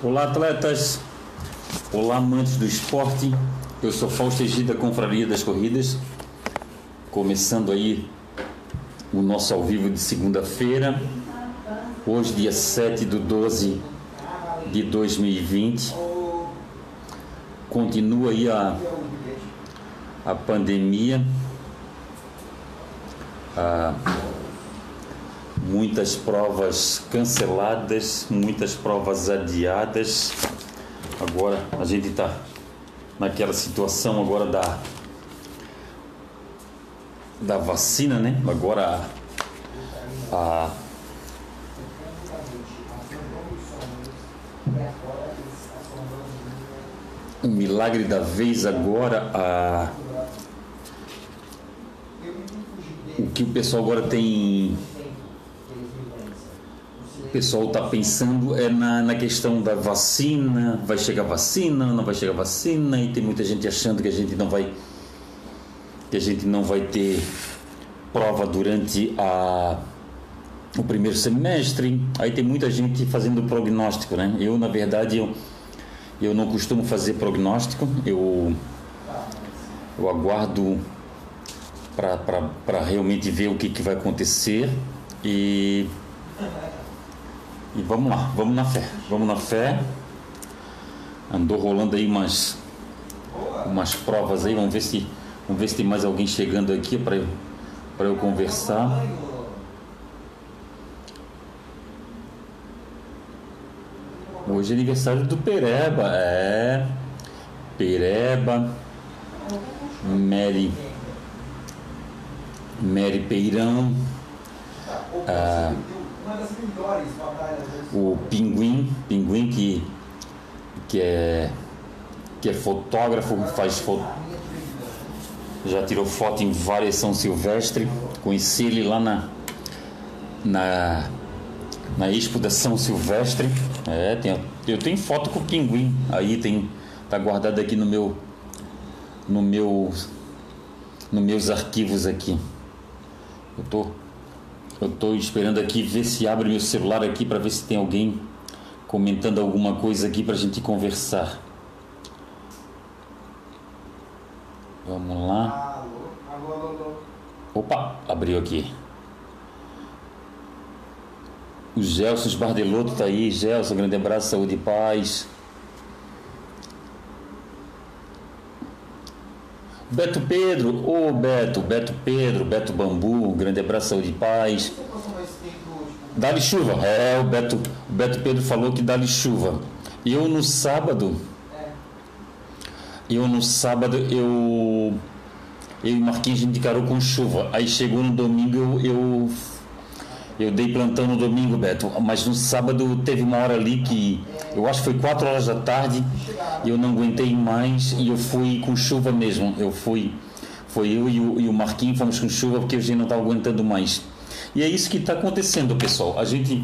Olá, atletas! Olá, amantes do esporte! Eu sou Fausto Egida da Confraria das Corridas, começando aí o nosso ao vivo de segunda-feira, hoje, dia 7/12 de 2020. Continua aí a pandemia, muitas provas canceladas, muitas provas adiadas. Agora a gente está naquela situação agora da vacina, né? Agora o milagre da vez agora, o que o pessoal agora tem, o pessoal está pensando é na questão da vacina. Vai chegar vacina, não vai chegar vacina, e tem muita gente achando que a gente não vai ter prova durante o primeiro semestre. Aí tem muita gente fazendo prognóstico, né? Eu, na verdade, eu não costumo fazer prognóstico. Eu aguardo para realmente ver o que vai acontecer e vamos lá, vamos na fé. Andou rolando aí umas provas aí, vamos ver se tem mais alguém chegando aqui para eu conversar. Hoje é aniversário do Pereba, Pereba, Mary Peirão, o Pinguim que é fotógrafo, faz foto, já tirou foto em várias São Silvestre. Conheci ele lá na Expo da São Silvestre. Eu tenho foto com o Pinguim, aí tá guardado aqui nos meus arquivos aqui. Eu tô esperando aqui ver se abre meu celular aqui para ver se tem alguém comentando alguma coisa aqui pra gente conversar. Vamos lá. Opa, abriu aqui. O Gelson Bardelotto tá aí. Gelson, grande abraço, saúde e paz. Beto Pedro, Beto Pedro, Beto Bambu, grande abraço, saúde e paz. Dá-lhe chuva, o Beto Pedro falou que dá-lhe chuva. Eu no sábado, eu e Marquinhos, a gente encarou com chuva. Aí chegou no domingo, eu dei plantão no domingo, Beto, mas no sábado teve uma hora ali que eu acho que foi 4 horas da tarde, e eu não aguentei mais e eu fui com chuva mesmo. Foi eu e o Marquinhos, fomos com chuva porque a gente não estava aguentando mais. E é isso que está acontecendo, pessoal.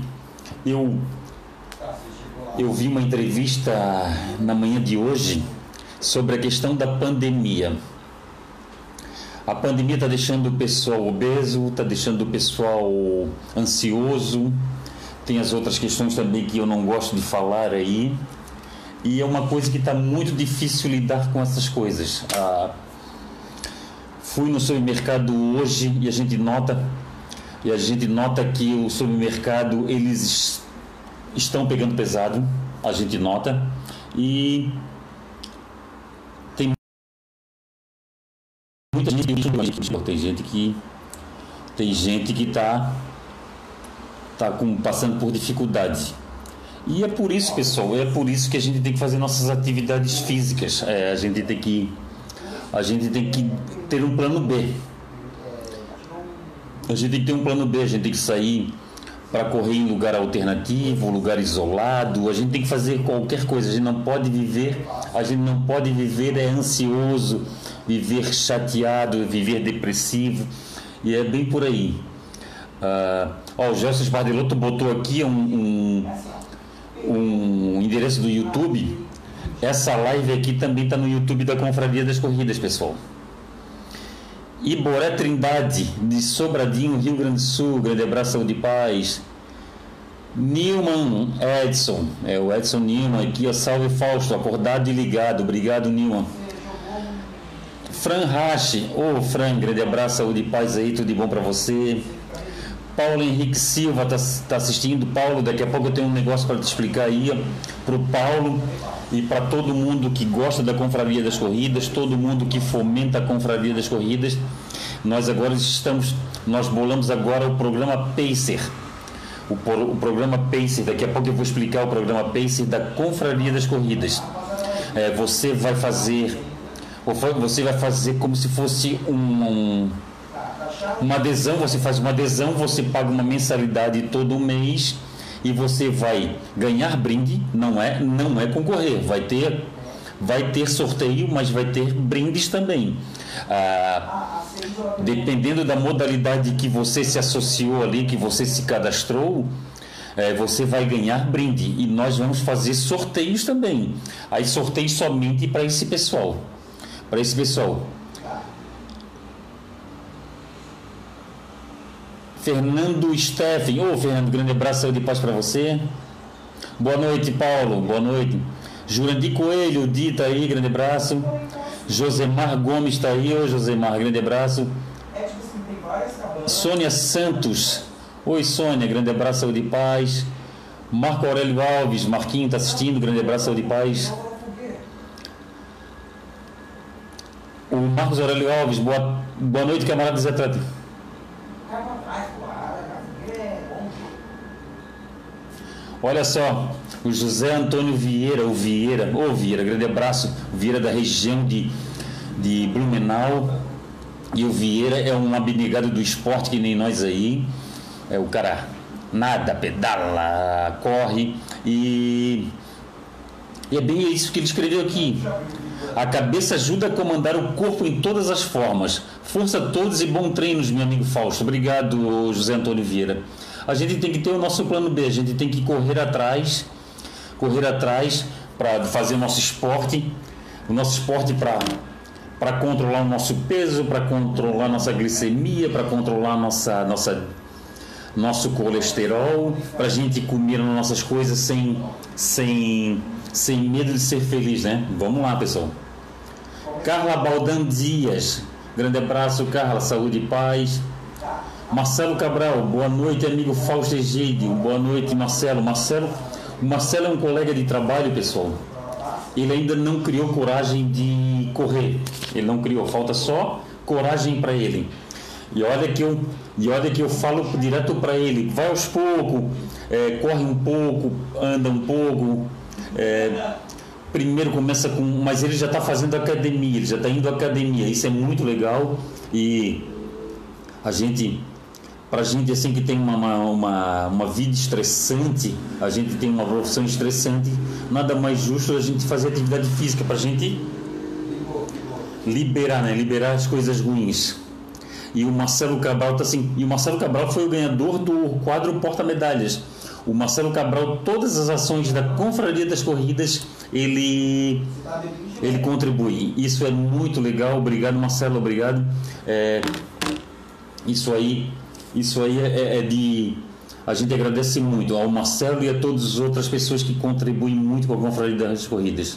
Eu vi uma entrevista na manhã de hoje sobre a questão da pandemia. A pandemia está deixando o pessoal obeso, está deixando o pessoal ansioso. Tem as outras questões também que eu não gosto de falar aí. E é uma coisa que está muito difícil lidar com essas coisas. Fui no supermercado hoje e a gente nota que o supermercado, eles estão pegando pesado. A gente nota. E muita gente, tem gente que tá passando por dificuldade. E é por isso, pessoal, que a gente tem que fazer nossas atividades físicas. A gente tem que ter um plano B. A gente tem que ter um plano B, a gente tem que sair para correr em lugar alternativo, lugar isolado. A gente tem que fazer qualquer coisa. A gente não pode viver ansioso, viver chateado, viver depressivo. E é bem por aí. O Gelson Bardelotto botou aqui um endereço do YouTube. Essa live aqui também está no YouTube da Confraria das Corridas, pessoal. Iboré Trindade, de Sobradinho, Rio Grande do Sul, grande abraço, saúde e paz. Nilman Edson, o Edson Nilman aqui, ó, salve Fausto, acordado e ligado, obrigado Nilman. Fran Rache, Fran, grande abraço, saúde e paz aí, tudo de bom para você. Paulo Henrique Silva tá assistindo. Paulo, daqui a pouco eu tenho um negócio para te explicar aí, para o Paulo e para todo mundo que gosta da Confraria das Corridas, todo mundo que fomenta a Confraria das Corridas. Nós bolamos agora o programa Pacer. O programa Pacer, daqui a pouco eu vou explicar o programa Pacer da Confraria das Corridas. Você vai fazer como se fosse uma adesão, você faz uma adesão, você paga uma mensalidade todo mês e você vai ganhar brinde, não é concorrer, vai ter sorteio, mas vai ter brindes também. Dependendo da modalidade que você se associou ali, que você se cadastrou, você vai ganhar brinde e nós vamos fazer sorteios também. Aí sorteios somente para esse pessoal. Fernando Steffen, Fernando, grande abraço, saúde e paz para você. Boa noite, Paulo, boa noite. Jurandir Coelho, Dita aí, grande abraço. Josemar Gomes está aí, Josemar, grande abraço. Sônia Santos, oi Sônia, grande abraço, saúde e paz. Marco Aurélio Alves, Marquinho está assistindo, grande abraço, saúde e paz. O Marcos Aurélio Alves, boa noite, camarada Zé Trata. Olha só, o José Antônio Vieira, Vieira, grande abraço, Vieira da região de Blumenau, e o Vieira é um abnegado do esporte que nem nós aí, o cara nada, pedala, corre, e é bem isso que ele escreveu aqui. A cabeça ajuda a comandar o corpo em todas as formas. Força a todos e bom treinos, meu amigo Fausto. Obrigado, José Antônio Vieira. A gente tem que ter o nosso plano B, a gente tem que correr atrás para fazer o nosso esporte para controlar o nosso peso, para controlar nossa glicemia, para controlar nosso colesterol, para a gente comer as nossas coisas sem medo de ser feliz, né? Vamos lá, pessoal. Carla Baldan Dias, grande abraço, Carla, saúde e paz. Marcelo Cabral, boa noite, amigo Fausto Egídio, boa noite, Marcelo. O Marcelo é um colega de trabalho, pessoal. Ele ainda não criou coragem de correr, ele não criou, falta só coragem para ele. E olha que eu falo direto para ele, vai aos poucos, corre um pouco, anda um pouco, primeiro começa com, mas ele já está fazendo academia, ele já está indo à academia, isso é muito legal. E pra gente assim que tem uma vida estressante, a gente tem uma profissão estressante, nada mais justo a gente fazer atividade física para a gente liberar as coisas ruins. E o Marcelo Cabral tá assim, e o Marcelo Cabral foi o ganhador do quadro Porta-Medalhas. O Marcelo Cabral, todas as ações da Confraria das Corridas, ele contribui. Isso é muito legal. Obrigado, Marcelo, obrigado. Isso aí a gente agradece muito ao Marcelo e a todas as outras pessoas que contribuem muito com a Confraria das Corridas.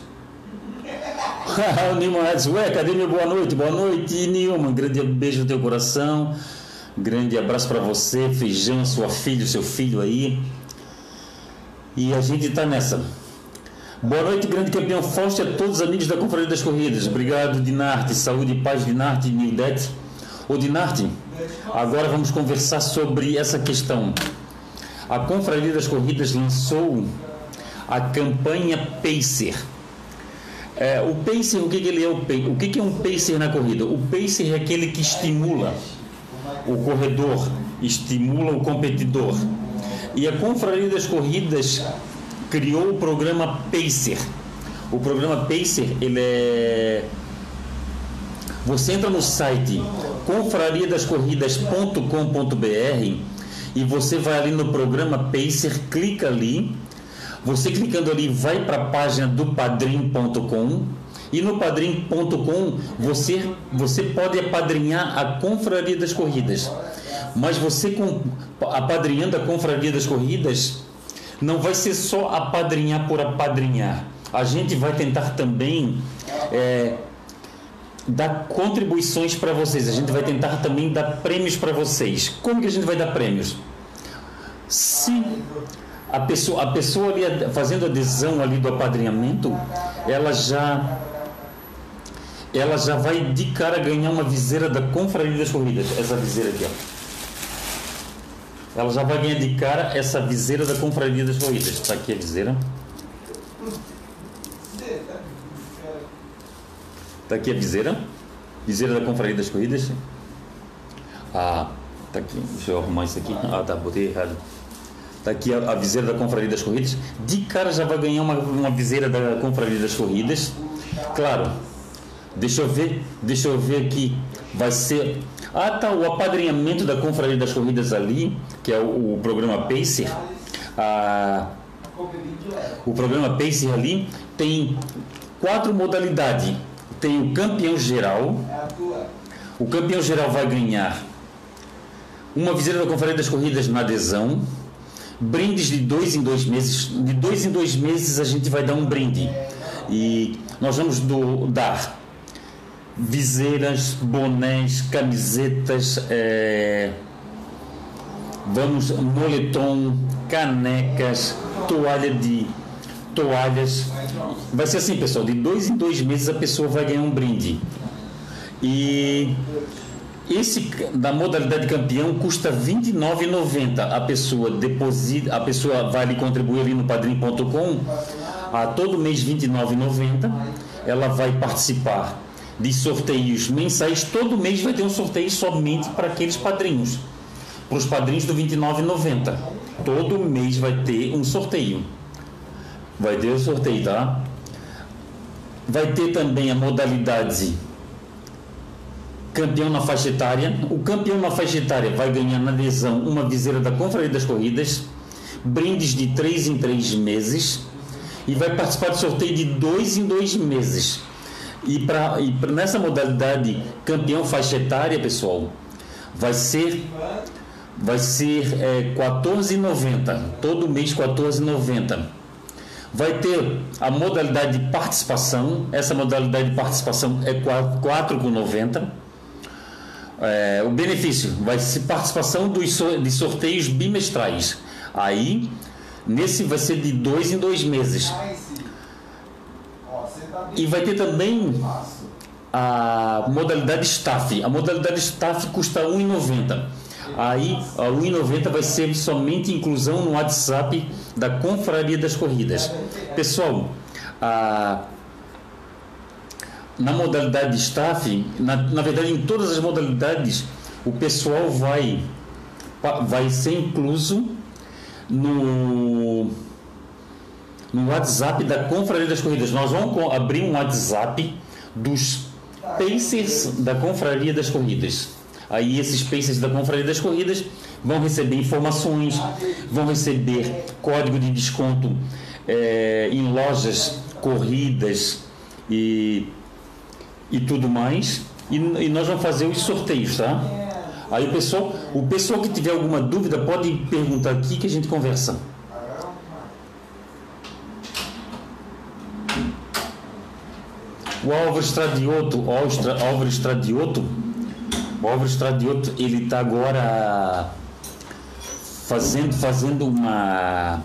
O Nilman Edson, cadê meu boa noite? Boa noite, Nilman, grande beijo no teu coração, grande abraço para você, Feijão, sua filha, seu filho aí. E a gente está nessa. Boa noite, grande campeão Fausto, e a todos os amigos da Confraria das Corridas. Obrigado, Dinarte, saúde e paz, Dinarte, Nildete. Ô Dinarte, agora vamos conversar sobre essa questão. A Confraria das Corridas lançou a campanha Pacer. O Pacer, o que ele é? O que é um Pacer na corrida? O Pacer é aquele que estimula o corredor, estimula o competidor. E a Confraria das Corridas criou o programa Pacer. O programa Pacer, você entra no site confrariadascorridas.com.br e você vai ali no programa Pacer, clica ali. Você clicando ali vai para a página do padrim.com e no padrim.com você pode apadrinhar a Confraria das Corridas. Mas você apadrinhando a Confraria das Corridas, não vai ser só apadrinhar por apadrinhar. A gente vai tentar também dar contribuições para vocês. A gente vai tentar também dar prêmios para vocês. Como que a gente vai dar prêmios? Se a pessoa ali fazendo adesão ali do apadrinhamento, ela já vai de cara ganhar uma viseira da Confraria das Corridas. Essa viseira aqui, ó. Ela já vai ganhar de cara essa viseira da Confraria das Corridas. Está aqui a viseira. Está aqui a viseira. Viseira da Confraria das Corridas. Ah, tá aqui. Deixa eu arrumar isso aqui. Ah, tá, botei errado. Está aqui a viseira da Confraria das Corridas. De cara já vai ganhar uma viseira da Confraria das Corridas. Claro. Deixa eu ver aqui. Vai ser... Ah, tá, o apadrinhamento da Confraria das Corridas ali, que é o programa Pacer. O programa Pacer ali tem 4 modalidades. Tem o campeão geral. O campeão geral vai ganhar uma viseira da Confraria das Corridas na adesão. Brindes de 2 em 2 meses. De 2 em 2 meses a gente vai dar um brinde. E nós vamos dar viseiras, bonés, camisetas, moletom, canecas, toalhas. Vai ser assim, pessoal, de 2 em 2 meses a pessoa vai ganhar um brinde. E esse da modalidade campeão custa R$ 29,90. A pessoa vai ali contribuir ali no padrim.com a todo mês R$ 29,90. Ela vai participar de sorteios mensais. Todo mês vai ter um sorteio somente para aqueles padrinhos, para os padrinhos do R$ 29,90. Todo mês vai ter um sorteio. Vai ter o sorteio, tá? Vai ter também a modalidade campeão na faixa etária. O campeão na faixa etária vai ganhar na adesão uma viseira da Confraria das Corridas, brindes de 3 em 3 meses e vai participar do sorteio de 2 em 2 meses. E nessa modalidade campeão faixa etária, pessoal, vai ser R$14,90, todo mês R$14,90. Vai ter a modalidade de participação. Essa modalidade de participação é R$4,90. O benefício vai ser participação de sorteios bimestrais. Aí, nesse vai ser de 2 em 2 meses. E vai ter também a modalidade staff. A modalidade staff custa R$1,90. Aí, a R$1,90 vai ser somente inclusão no WhatsApp da Confraria das Corridas. Pessoal, na modalidade staff, na verdade, em todas as modalidades, o pessoal vai ser incluso no WhatsApp da Confraria das Corridas. Nós vamos abrir um WhatsApp dos Pacers da Confraria das Corridas. Aí esses Pacers da Confraria das Corridas vão receber informações, vão receber código de desconto em lojas, corridas e tudo mais. E nós vamos fazer os sorteios, tá? Aí o pessoal que tiver alguma dúvida pode perguntar aqui que a gente conversa. O Álvaro Stradioto, ele está agora fazendo uma...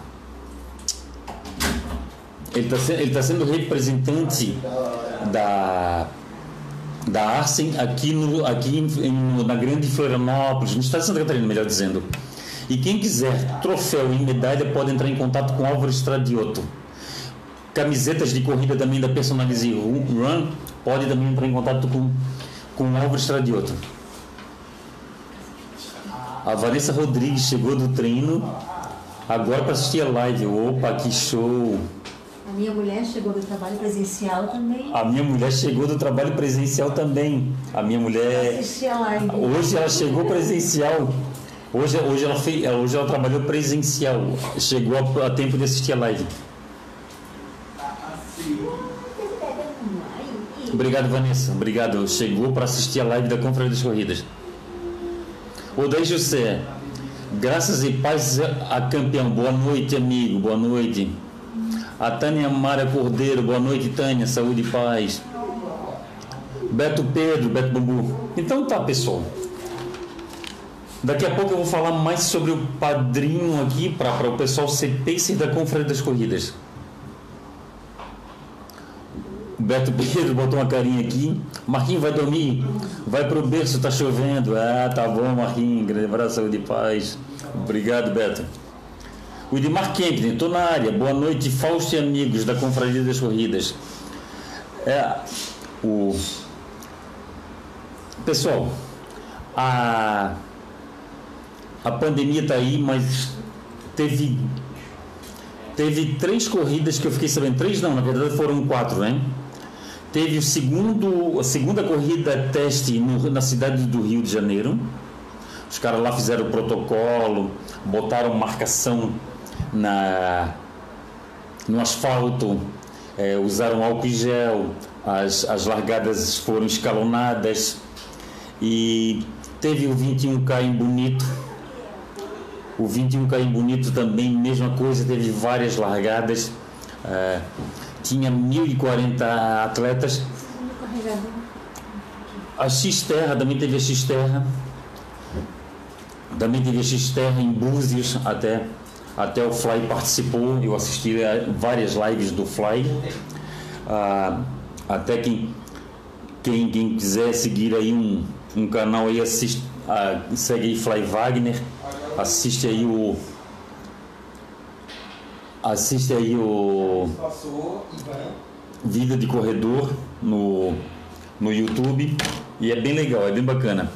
Ele está sendo representante da Arsen aqui na Grande Florianópolis, no estado de Santa Catarina, melhor dizendo. E quem quiser troféu e medalha pode entrar em contato com o Álvaro Stradioto. Camisetas de corrida também da Personalize Run, pode também entrar em contato com o Álvaro Stradioto. A Vanessa Rodrigues chegou do treino agora para assistir a live. Opa, que show! A minha mulher chegou do trabalho presencial também. A minha mulher chegou do trabalho presencial também. A minha mulher... Assistir a live. Hoje ela chegou presencial. Hoje ela trabalhou presencial. Chegou a tempo de assistir a live. Obrigado, Vanessa. Obrigado. Chegou para assistir a live da Confraria das Corridas. Daí, José, Graças e paz a campeão. Boa noite, amigo. Boa noite. A Tânia Mara Cordeiro. Boa noite, Tânia. Saúde e paz. Beto Pedro, Beto Bambu. Então tá, pessoal. Daqui a pouco eu vou falar mais sobre o padrinho aqui para o pessoal ser pacer da Confraria das Corridas. O Beto Pedro botou uma carinha aqui. Marquinhos vai dormir? Vai pro berço, tá chovendo. Ah, tá bom, Marquinhos. Grande abraço, saúde e paz. Obrigado, Beto. O Edmar Kempner, tô na área. Boa noite, Fausto e amigos da Confraria das Corridas. Pessoal, a pandemia está aí, mas teve 3 corridas que eu fiquei sabendo. 3 não, na verdade foram 4, né? Teve a segunda corrida teste na cidade do Rio de Janeiro. Os caras lá fizeram o protocolo, botaram marcação no asfalto, usaram álcool em gel, as largadas foram escalonadas e teve o 21K em Bonito. O 21K em Bonito também, mesma coisa, teve várias largadas, tinha 1.040 atletas. A X-Terra, também teve a X-Terra. Também teve a X-Terra em Búzios, até o Fly participou. Eu assisti a várias lives do Fly. Até quem quiser seguir aí um canal aí, segue aí Fly Wagner. Assiste aí o Vida de Corredor no YouTube, e é bem legal, é bem bacana.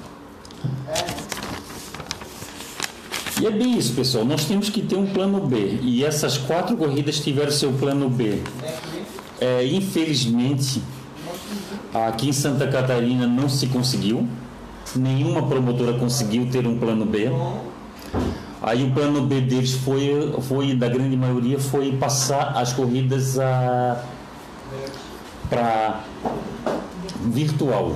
E é bem isso, pessoal, nós temos que ter um plano B, e essas 4 corridas tiveram seu plano B. Infelizmente, aqui em Santa Catarina não se conseguiu, nenhuma promotora conseguiu ter um plano B. Aí o plano B deles foi da grande maioria, foi passar as corridas para virtual.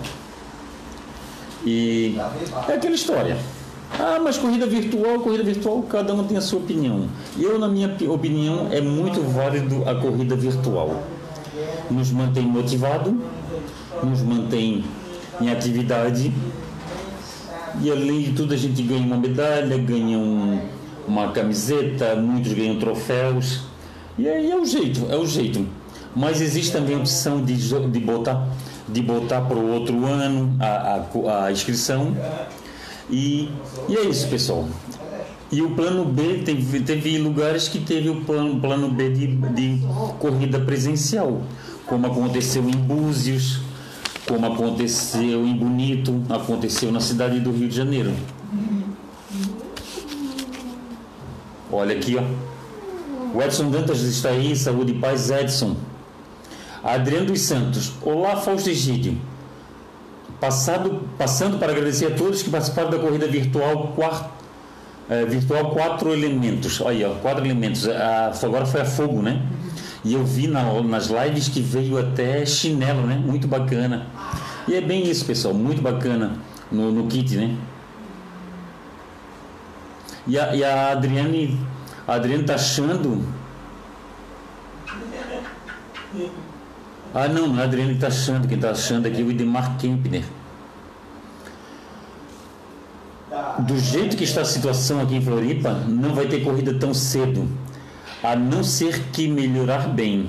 E é aquela história. Mas corrida virtual, cada um tem a sua opinião. Eu, na minha opinião, é muito válido a corrida virtual. Nos mantém motivado, nos mantém em atividade. E além de tudo a gente ganha uma medalha, ganha uma camiseta, muitos ganham troféus. E aí é o jeito. Mas existe também a opção de botar para o outro ano a inscrição. E é isso, pessoal. E o plano B, teve lugares que teve o plano B de corrida presencial, como aconteceu em Búzios, como aconteceu em Bonito, aconteceu na cidade do Rio de Janeiro. Olha aqui, ó. O Edson Dantas está aí, saúde e paz, Edson. Adriano dos Santos, olá, Fausto Egídio. Passando para agradecer a todos que participaram da corrida virtual 4 elementos. Olha, 4 elementos. Agora foi a fogo, né? E eu vi nas lives que veio até chinelo, né? Muito bacana. E é bem isso, pessoal. Muito bacana no kit, né? E a Adriane tá achando... não é a Adriane que tá achando. Quem tá achando aqui é o Edmar Kempner. Do jeito que está a situação aqui em Floripa, não vai ter corrida tão cedo, a não ser que melhorar bem.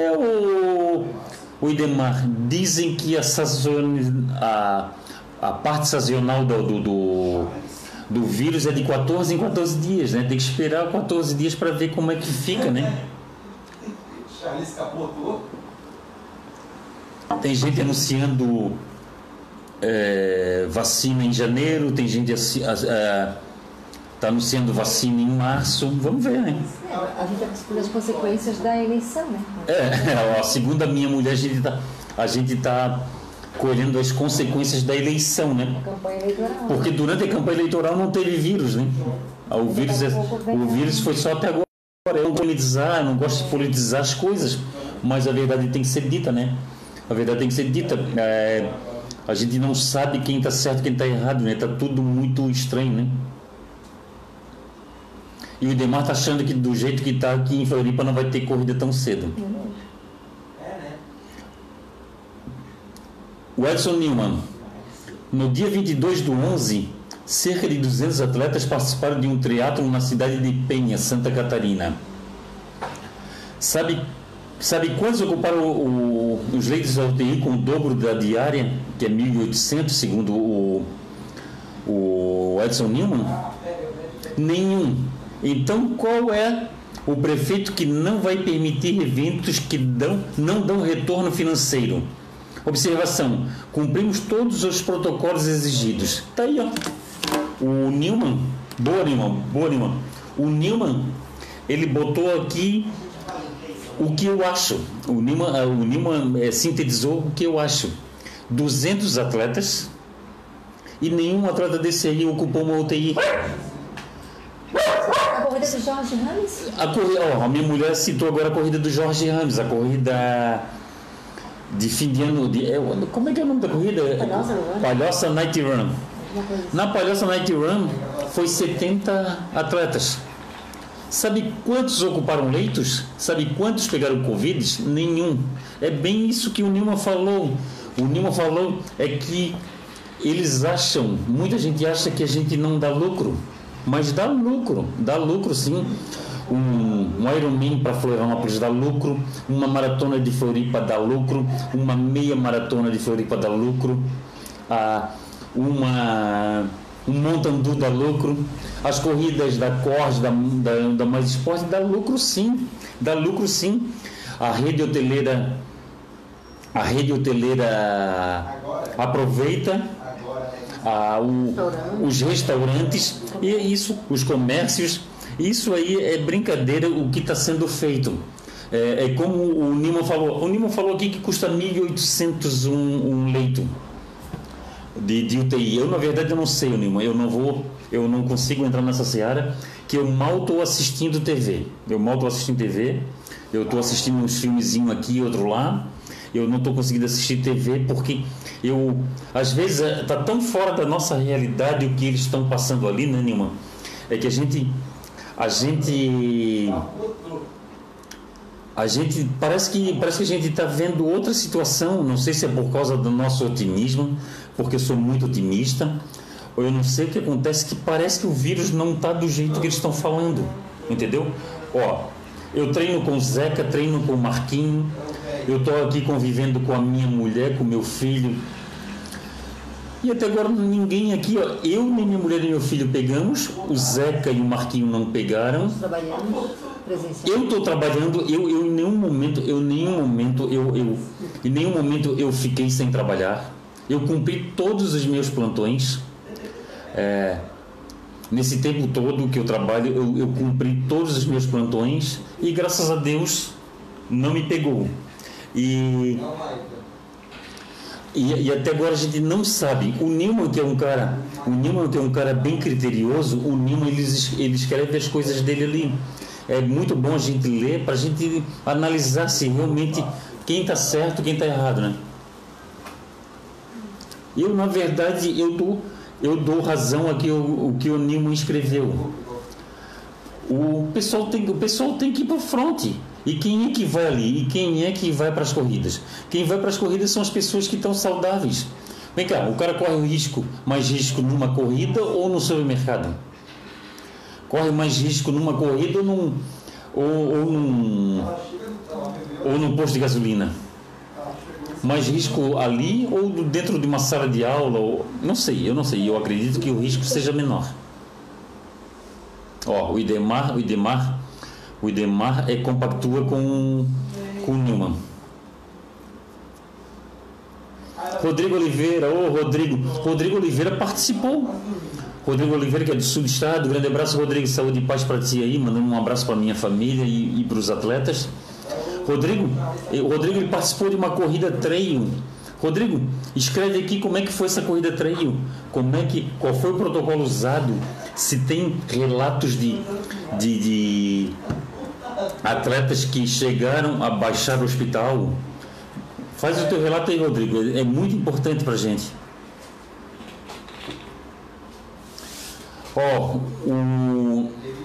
O Idemar, dizem que a parte sazonal do vírus é de 14 em 14 dias, né? Tem que esperar 14 dias para ver como é que fica, né? Charles capotou. Tem gente anunciando vacina em janeiro, tem gente está anunciando vacina em março, vamos ver, né? A gente está discutindo as consequências da eleição, né? Segundo a minha mulher, a gente está colhendo as consequências da eleição, né? A campanha eleitoral. Porque durante a campanha eleitoral não teve vírus, né? O vírus foi só até agora. Eu não gosto de politizar as coisas, mas a verdade tem que ser dita, né? A verdade tem que ser dita. A gente não sabe quem está certo e quem está errado, né? Está tudo muito estranho, né? E o Idemar tá achando que do jeito que tá aqui em Floripa não vai ter corrida tão cedo. O Edson Newman. No dia 22/11, cerca de 200 atletas participaram de um triatlon na cidade de Penha, Santa Catarina. Sabe quantos ocuparam os leitos da UTI com o dobro da diária, que é 1.800, segundo o Edson Newman? Nenhum. Então, qual é o prefeito que não vai permitir eventos que não dão retorno financeiro? Observação: cumprimos todos os protocolos exigidos. Está aí, ó. O Newman, boa Newman. O Newman, ele botou aqui o que eu acho. O Newman sintetizou o que eu acho. 200 atletas e nenhum atleta desse aí ocupou uma UTI. A corrida do Jorge Ramos? A minha mulher citou agora a corrida do Jorge Ramos, a corrida de fim de ano. Como é que é o nome da corrida? Palhoça Night Run. Na Palhoça Night Run foi 70 atletas. Sabe quantos ocuparam leitos? Sabe quantos pegaram Covid? Nenhum. É bem isso que o Nilma falou. O Nilma falou é que eles acham, muita gente acha que a gente não dá lucro, mas dá lucro sim. Um Ironman para Florianópolis dá lucro, uma maratona de Floripa dá lucro, uma meia maratona de Floripa dá lucro, um Montandu dá lucro, as corridas da Cors, da Mais Esporte dá lucro sim. A rede hoteleira aproveita, os restaurantes e isso, os comércios. Isso aí é brincadeira o que está sendo feito. É como o Nilman falou. O Nilman falou aqui que custa 1.800 um leito de UTI. Eu, na verdade, eu não sei, Nilman. Eu não consigo entrar nessa seara, que eu mal estou assistindo TV. Eu estou assistindo uns filmezinhos aqui, outro lá. Eu não estou conseguindo assistir TV porque às vezes está tão fora da nossa realidade o que eles estão passando ali, né, Nilman? É que a gente parece que a gente está vendo outra situação. Não sei se é por causa do nosso otimismo, porque eu sou muito otimista, ou eu não sei o que acontece, que parece que o vírus não está do jeito que eles estão falando, entendeu? Eu treino com o Zeca, treino com o Marquinho, eu estou aqui convivendo com a minha mulher, com o meu filho, e até agora ninguém aqui, eu nem minha mulher nem meu filho pegamos, o Zeca e o Marquinho não pegaram. Trabalhando presencial. Eu estou trabalhando, em nenhum momento eu fiquei sem trabalhar. Eu cumpri todos os meus plantões. Nesse tempo todo que eu trabalho, eu cumpri todos os meus plantões e graças a Deus não me pegou. E até agora a gente não sabe. O Nilman, que é um cara bem criterioso, o Nilman ele escreve as coisas dele ali. É muito bom a gente ler para a gente analisar se realmente quem está certo, quem está errado, né? Eu, na verdade, eu dou razão aqui o que o Nilman escreveu. O pessoal tem que ir para frente. E quem é que vai ali? E quem é que vai para as corridas? Quem vai para as corridas são as pessoas que estão saudáveis. Vem cá, o cara corre mais risco numa corrida ou no supermercado? Corre mais risco numa corrida ou num posto de gasolina? Mais risco ali ou dentro de uma sala de aula? Eu não sei. Eu acredito que o risco seja menor. O Idemar compactua com o Nilman. Rodrigo Oliveira, Rodrigo Oliveira participou. Rodrigo Oliveira, que é do sul do estado. Grande abraço, Rodrigo, saúde e paz para ti aí, mandando um abraço para minha família e para os atletas. Rodrigo, ele participou de uma corrida trail. Rodrigo, escreve aqui como é que foi essa corrida trail, qual foi o protocolo usado, se tem relatos de atletas que chegaram a baixar o hospital. Faz o teu relato aí, Rodrigo, é muito importante pra gente.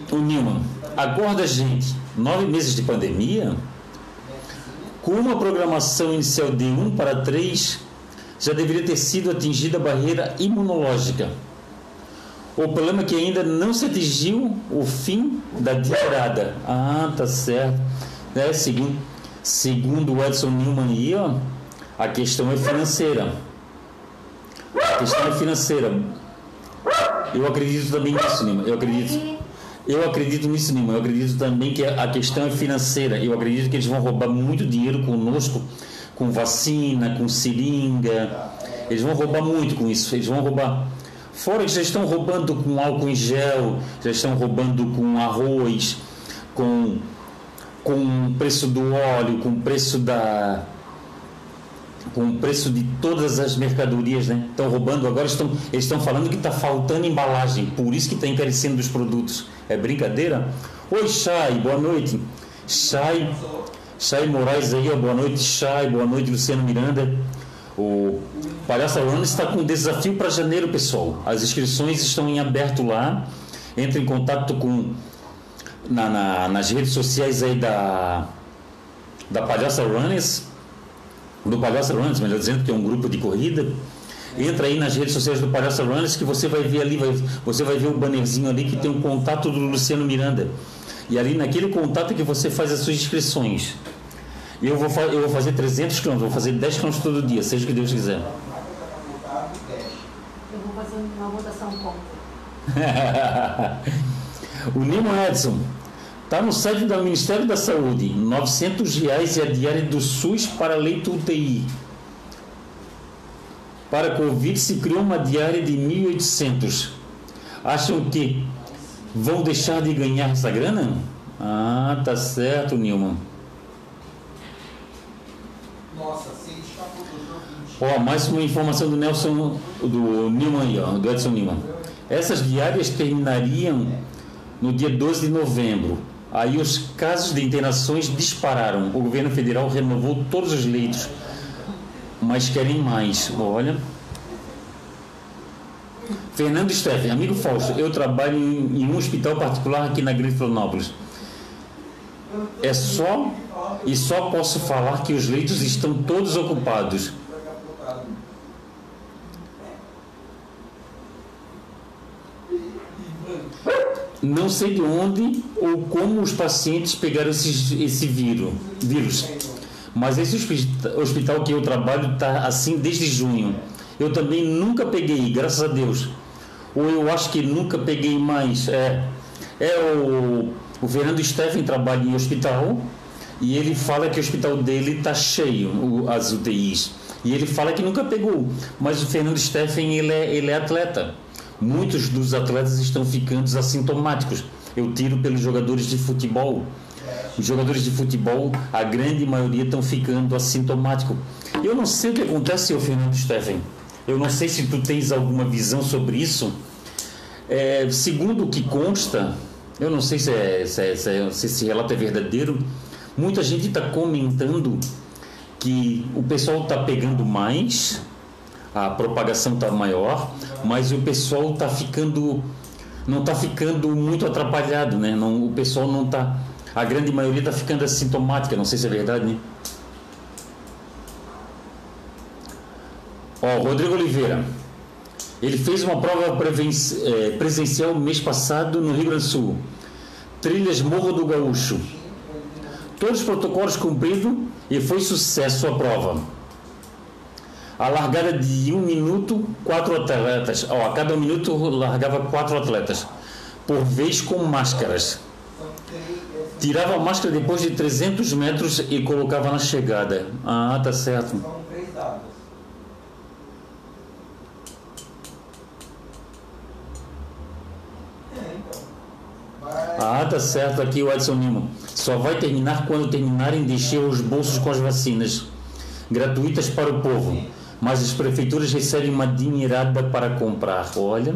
O Nilman, acorda, gente, 9 meses de pandemia, com uma programação inicial de 1 para 3, já deveria ter sido atingida a barreira imunológica. O problema é que ainda não se atingiu o fim da diarada. Ah, tá certo. Segundo o Edson Newman aí, ó, a questão é financeira. A questão é financeira. Eu acredito também nisso, Nilman. Eu acredito nisso, Nilman. Eu acredito também que a questão é financeira. Eu acredito que eles vão roubar muito dinheiro conosco, com vacina, com seringa. Eles vão roubar muito com isso. Eles vão roubar. Fora que já estão roubando com álcool em gel, já estão roubando com arroz, com o preço do óleo, com o preço de todas as mercadorias, né? Estão roubando, agora eles estão falando que está faltando embalagem, por isso que está encarecendo os produtos. É brincadeira? Oi, Chay, boa noite. Chay Moraes aí, ó, boa noite, Chay, boa noite, Luciano Miranda. O Palhaça Runners está com um desafio para janeiro, pessoal. As inscrições estão em aberto lá. Entre em contato nas redes sociais aí da Palhaça Runners, do Palhaça Runners, melhor dizendo, que é um grupo de corrida. Entra aí nas redes sociais do Palhaça Runners que você vai ver ali, você vai ver o bannerzinho ali que tem um contato do Luciano Miranda. E ali naquele contato que você faz as suas inscrições. Eu vou fazer 300 km, vou fazer 10 km todo dia, seja o que Deus quiser. Eu vou fazer uma votação contra. O Nimo Edson está no site do Ministério da Saúde, R$ 900 é a diária do SUS para leito UTI. Para Covid se criou uma diária de 1.800. Acham que vão deixar de ganhar essa grana? Ah, tá certo, Nilman. Nossa, se escapou do jogo. Ó, mais uma informação do Nilman aí, ó, do Edson Nilman. Essas diárias terminariam no dia 12 de novembro. Aí os casos de internações dispararam. O governo federal renovou todos os leitos, mas querem mais. Olha. Fernando Steffen, amigo Fausto, eu trabalho em um hospital particular aqui na Grande Florianópolis. Só posso falar que os leitos estão todos ocupados. Não sei de onde ou como os pacientes pegaram esse vírus, mas esse hospital que eu trabalho está assim desde junho. Eu também nunca peguei, graças a Deus. Ou eu acho que nunca peguei mais. O Fernando Steffen trabalha em hospital e ele fala que o hospital dele está cheio, as UTIs. E ele fala que nunca pegou. Mas o Fernando Steffen, ele é atleta. Muitos dos atletas estão ficando assintomáticos. Eu tiro pelos jogadores de futebol. Os jogadores de futebol, a grande maioria estão ficando assintomáticos. Eu não sei o que acontece, Fernando Steffen. Eu não sei se tu tens alguma visão sobre isso. Segundo o que consta, eu não sei se esse relato é verdadeiro. Muita gente está comentando que o pessoal está pegando mais, a propagação está maior, mas o pessoal não está ficando muito atrapalhado, né? O pessoal não está, a grande maioria está ficando assintomática, não sei se é verdade, né? Ó, Rodrigo Oliveira, ele fez uma prova presencial mês passado no Rio Grande do Sul, Trilhas Morro do Gaúcho, todos os protocolos cumpridos e foi sucesso a prova. A largada de 1 minuto, 4 atletas. A cada 1 minuto largava 4 atletas, por vez com máscaras. Tirava a máscara depois de 300 metros e colocava na chegada. Ah, tá certo. São 3 dados. Ah, tá certo. Aqui o Edson Lima. Só vai terminar quando terminarem de encher os bolsos com as vacinas gratuitas para o povo. Mas as prefeituras recebem uma dinheirada para comprar. Olha.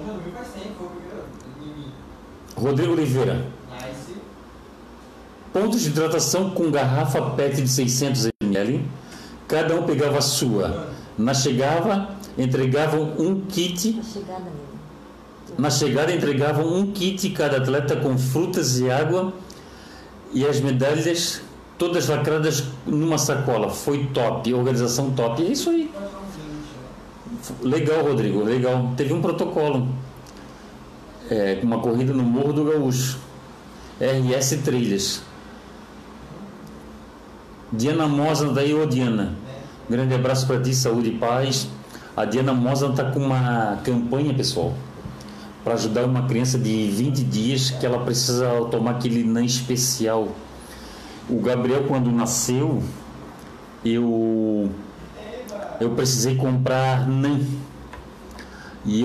Rodrigo Oliveira. Pontos de hidratação com garrafa PET de 600 ml. Cada um pegava a sua. Na chegada, entregavam um kit. Na chegada entregavam um kit cada atleta com frutas e água e as medalhas todas lacradas numa sacola. Foi top, organização top. É isso aí. Legal, Rodrigo, legal. Teve um protocolo. Uma corrida no Morro do Gaúcho. RS Trilhas. Diana Mosna, daí, ô Diana. Grande abraço para ti, saúde e paz. A Diana Mosna está com uma campanha, pessoal, para ajudar uma criança de 20 dias que ela precisa tomar aquele NAN especial. O Gabriel, quando nasceu, eu precisei comprar NAN. E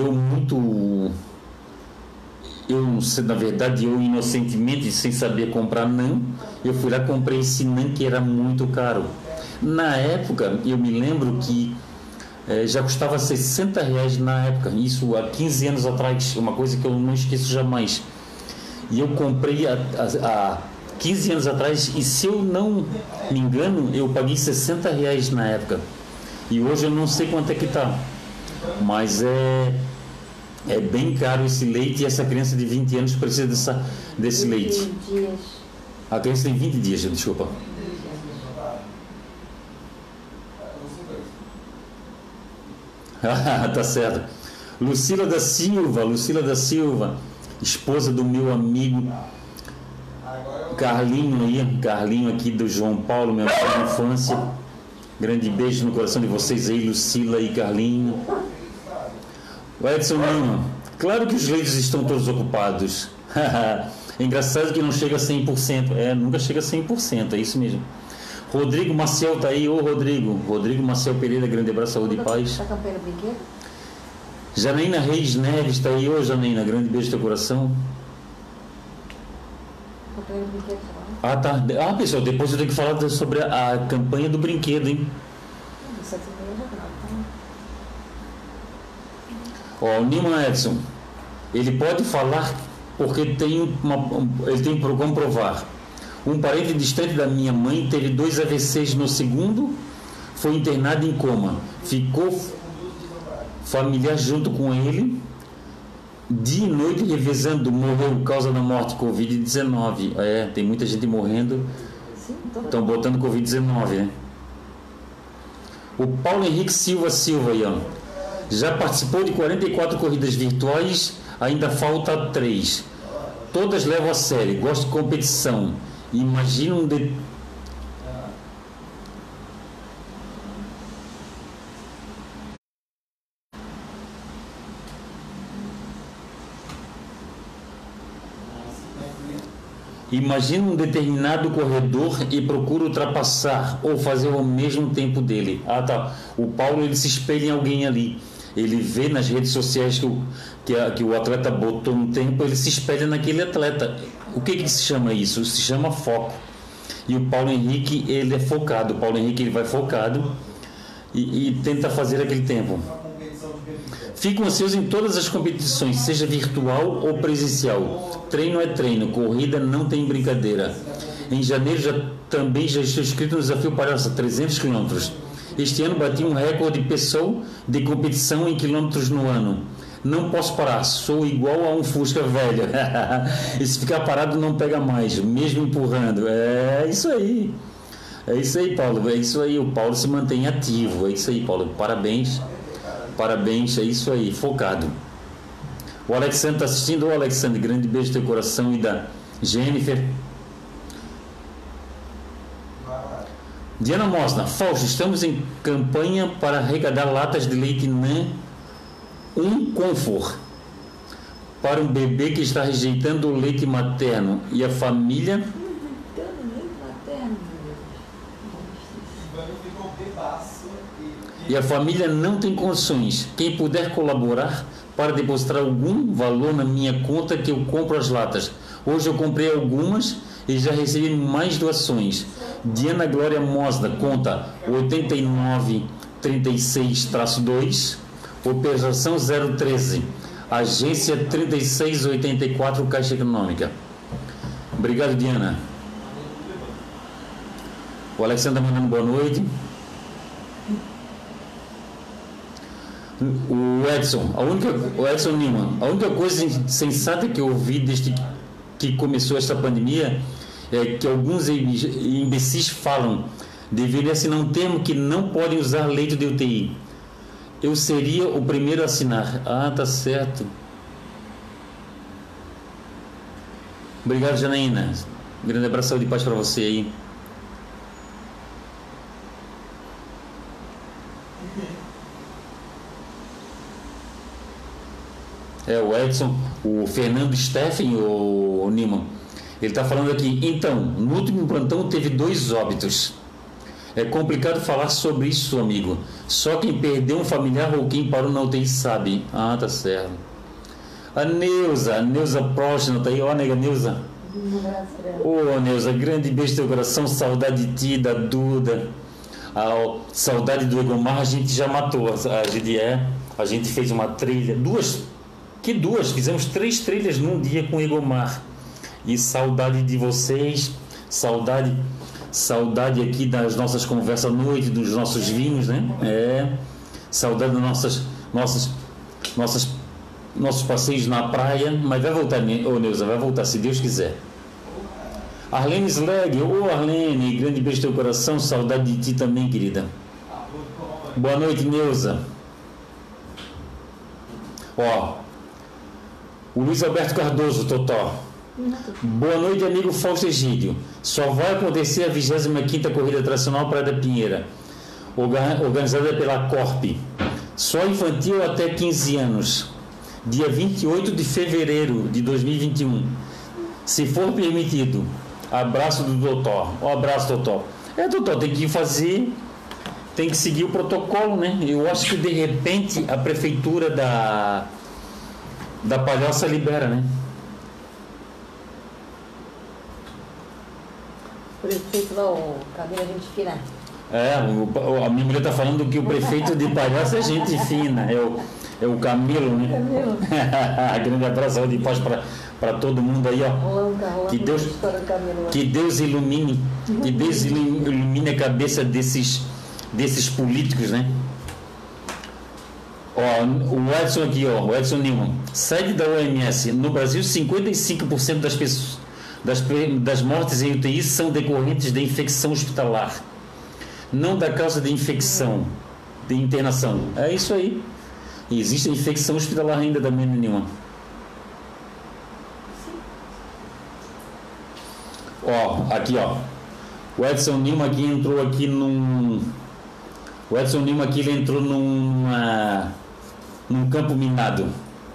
na verdade, eu inocentemente, sem saber comprar NAN, eu fui lá e comprei esse NAN que era muito caro. Na época, eu me lembro que já custava R$60 na época, isso há 15 anos atrás, uma coisa que eu não esqueço jamais. E eu comprei há 15 anos atrás, e se eu não me engano, eu paguei R$60 na época. E hoje eu não sei quanto é que está, mas é bem caro esse leite, e essa criança de 20 anos precisa desse leite. A criança tem 20 dias, desculpa. Tá certo. Lucila da Silva, esposa do meu amigo Carlinho aqui do João Paulo, meu amigo de infância. Grande beijo no coração de vocês aí, Lucila e Carlinho. O Edson Lima, claro que os leitos estão todos ocupados. É engraçado que não chega a 100%. Nunca chega a 100%, é isso mesmo. Rodrigo Maciel tá aí, ô Rodrigo Maciel Pereira, grande abraço, saúde e paz. Da campanha do brinquedo? Janaína Reis Neves tá aí, ô Janaína, grande beijo no teu coração. Campanha do brinquedo, Tá. Pessoal, depois eu tenho que falar sobre a campanha do brinquedo, hein? Ó, o Nilman Edson, ele pode falar porque ele tem como provar. Um parente distante da minha mãe teve 2 AVCs no segundo, foi internado em coma. Ficou familiar junto com ele, dia e noite revezando, morreu por causa da morte, Covid-19. Tem muita gente morrendo, estão botando Covid-19, né? O Paulo Henrique Silva aí, ó. Já participou de 44 corridas virtuais, ainda falta 3. Todas levo a sério, gosto de competição. Imagina um determinado corredor e procura ultrapassar ou fazer o mesmo tempo dele. Tá. O Paulo, ele se espelha em alguém ali. Ele vê nas redes sociais que o atleta botou um tempo, ele se espelha naquele atleta. O que se chama isso? Se chama foco. E o Paulo Henrique, ele é focado. O Paulo Henrique, ele vai focado e tenta fazer aquele tempo. Fico ansioso em todas as competições, seja virtual ou presencial. Treino é treino, corrida não tem brincadeira. Em janeiro também já estou inscrito no desafio para 300 km. Este ano bati um recorde pessoal de competição em quilômetros no ano. Não posso parar, sou igual a um Fusca velho. E se ficar parado não pega mais, mesmo empurrando. É isso aí, Paulo. É isso aí, o Paulo se mantém ativo. É isso aí, Paulo. Parabéns, é isso aí, focado. O Alexandre está assistindo. Ô Alexandre, grande beijo no teu coração. E da Jennifer. Diana Mosna, Fausto, estamos em campanha para arrecadar latas de leite NAN Comfort para um bebê que está rejeitando o leite materno e a família não tem condições. Quem puder colaborar para depositar algum valor na minha conta que eu compro as latas. Hoje eu comprei algumas e já recebi mais doações. Diana Glória Mosna, conta 8936-2, operação 013, agência 3684, Caixa Econômica. Obrigado, Diana. O Alexandre mandando boa noite. O Edson Lima, a única coisa sensata que eu ouvi desde que começou esta pandemia é que alguns imbecis falam, deveria assinar um termo que não podem usar leito de UTI. Eu seria o primeiro a assinar. Ah, tá certo. Obrigado, Janaína. Um grande abraço de paz para você aí. O Edson, o Fernando Steffen, o Nima, ele está falando aqui. Então, no último plantão teve 2 óbitos. É complicado falar sobre isso, amigo. Só quem perdeu um familiar ou quem parou na UTI sabe. Ah, tá certo. A Neuza Próxima tá aí. Ó, nega, Neuza. Ô, Neuza, grande beijo no teu coração. Saudade de ti, da Duda. Saudade do Egomar. A gente já matou. A gente fez uma trilha. Duas? Fizemos 3 trilhas num dia com o Egomar. E saudade de vocês. Saudade aqui das nossas conversas à noite, dos nossos vinhos, né? Saudade dos nossos passeios na praia. Mas vai voltar, Neuza, vai voltar, se Deus quiser. Arlene Slag, Arlene, grande beijo no teu coração, saudade de ti também, querida. Boa noite, Neuza. O Luiz Alberto Cardoso, Totó. Boa noite, amigo Fausto Egídio. Só vai acontecer a 25ª Corrida Tradicional Praia da Pinheira, organizada pela Corp. Só infantil até 15 anos. Dia 28 de fevereiro de 2021. Se for permitido. Abraço do Totó. Abraço, Totó. Totó, tem que fazer, tem que seguir o protocolo, né? Eu acho que de repente a prefeitura da Palhoça libera, né? O prefeito lá, o Camilo, gente fina. A minha mulher está falando que o prefeito de Palhoça é gente fina, é o Camilo, né? Camilo. Grande abraço de paz para todo mundo aí, ó. Que Deus ilumine a cabeça desses políticos, né? O Edson aqui, o Edson Newman, sede da OMS. No Brasil, 55% das pessoas, das mortes em UTI são decorrentes de infecção hospitalar, não da causa de infecção, de internação. É isso aí. Existe infecção hospitalar ainda também, nenhuma. Aqui, o Edson Nima aqui entrou aqui num campo minado.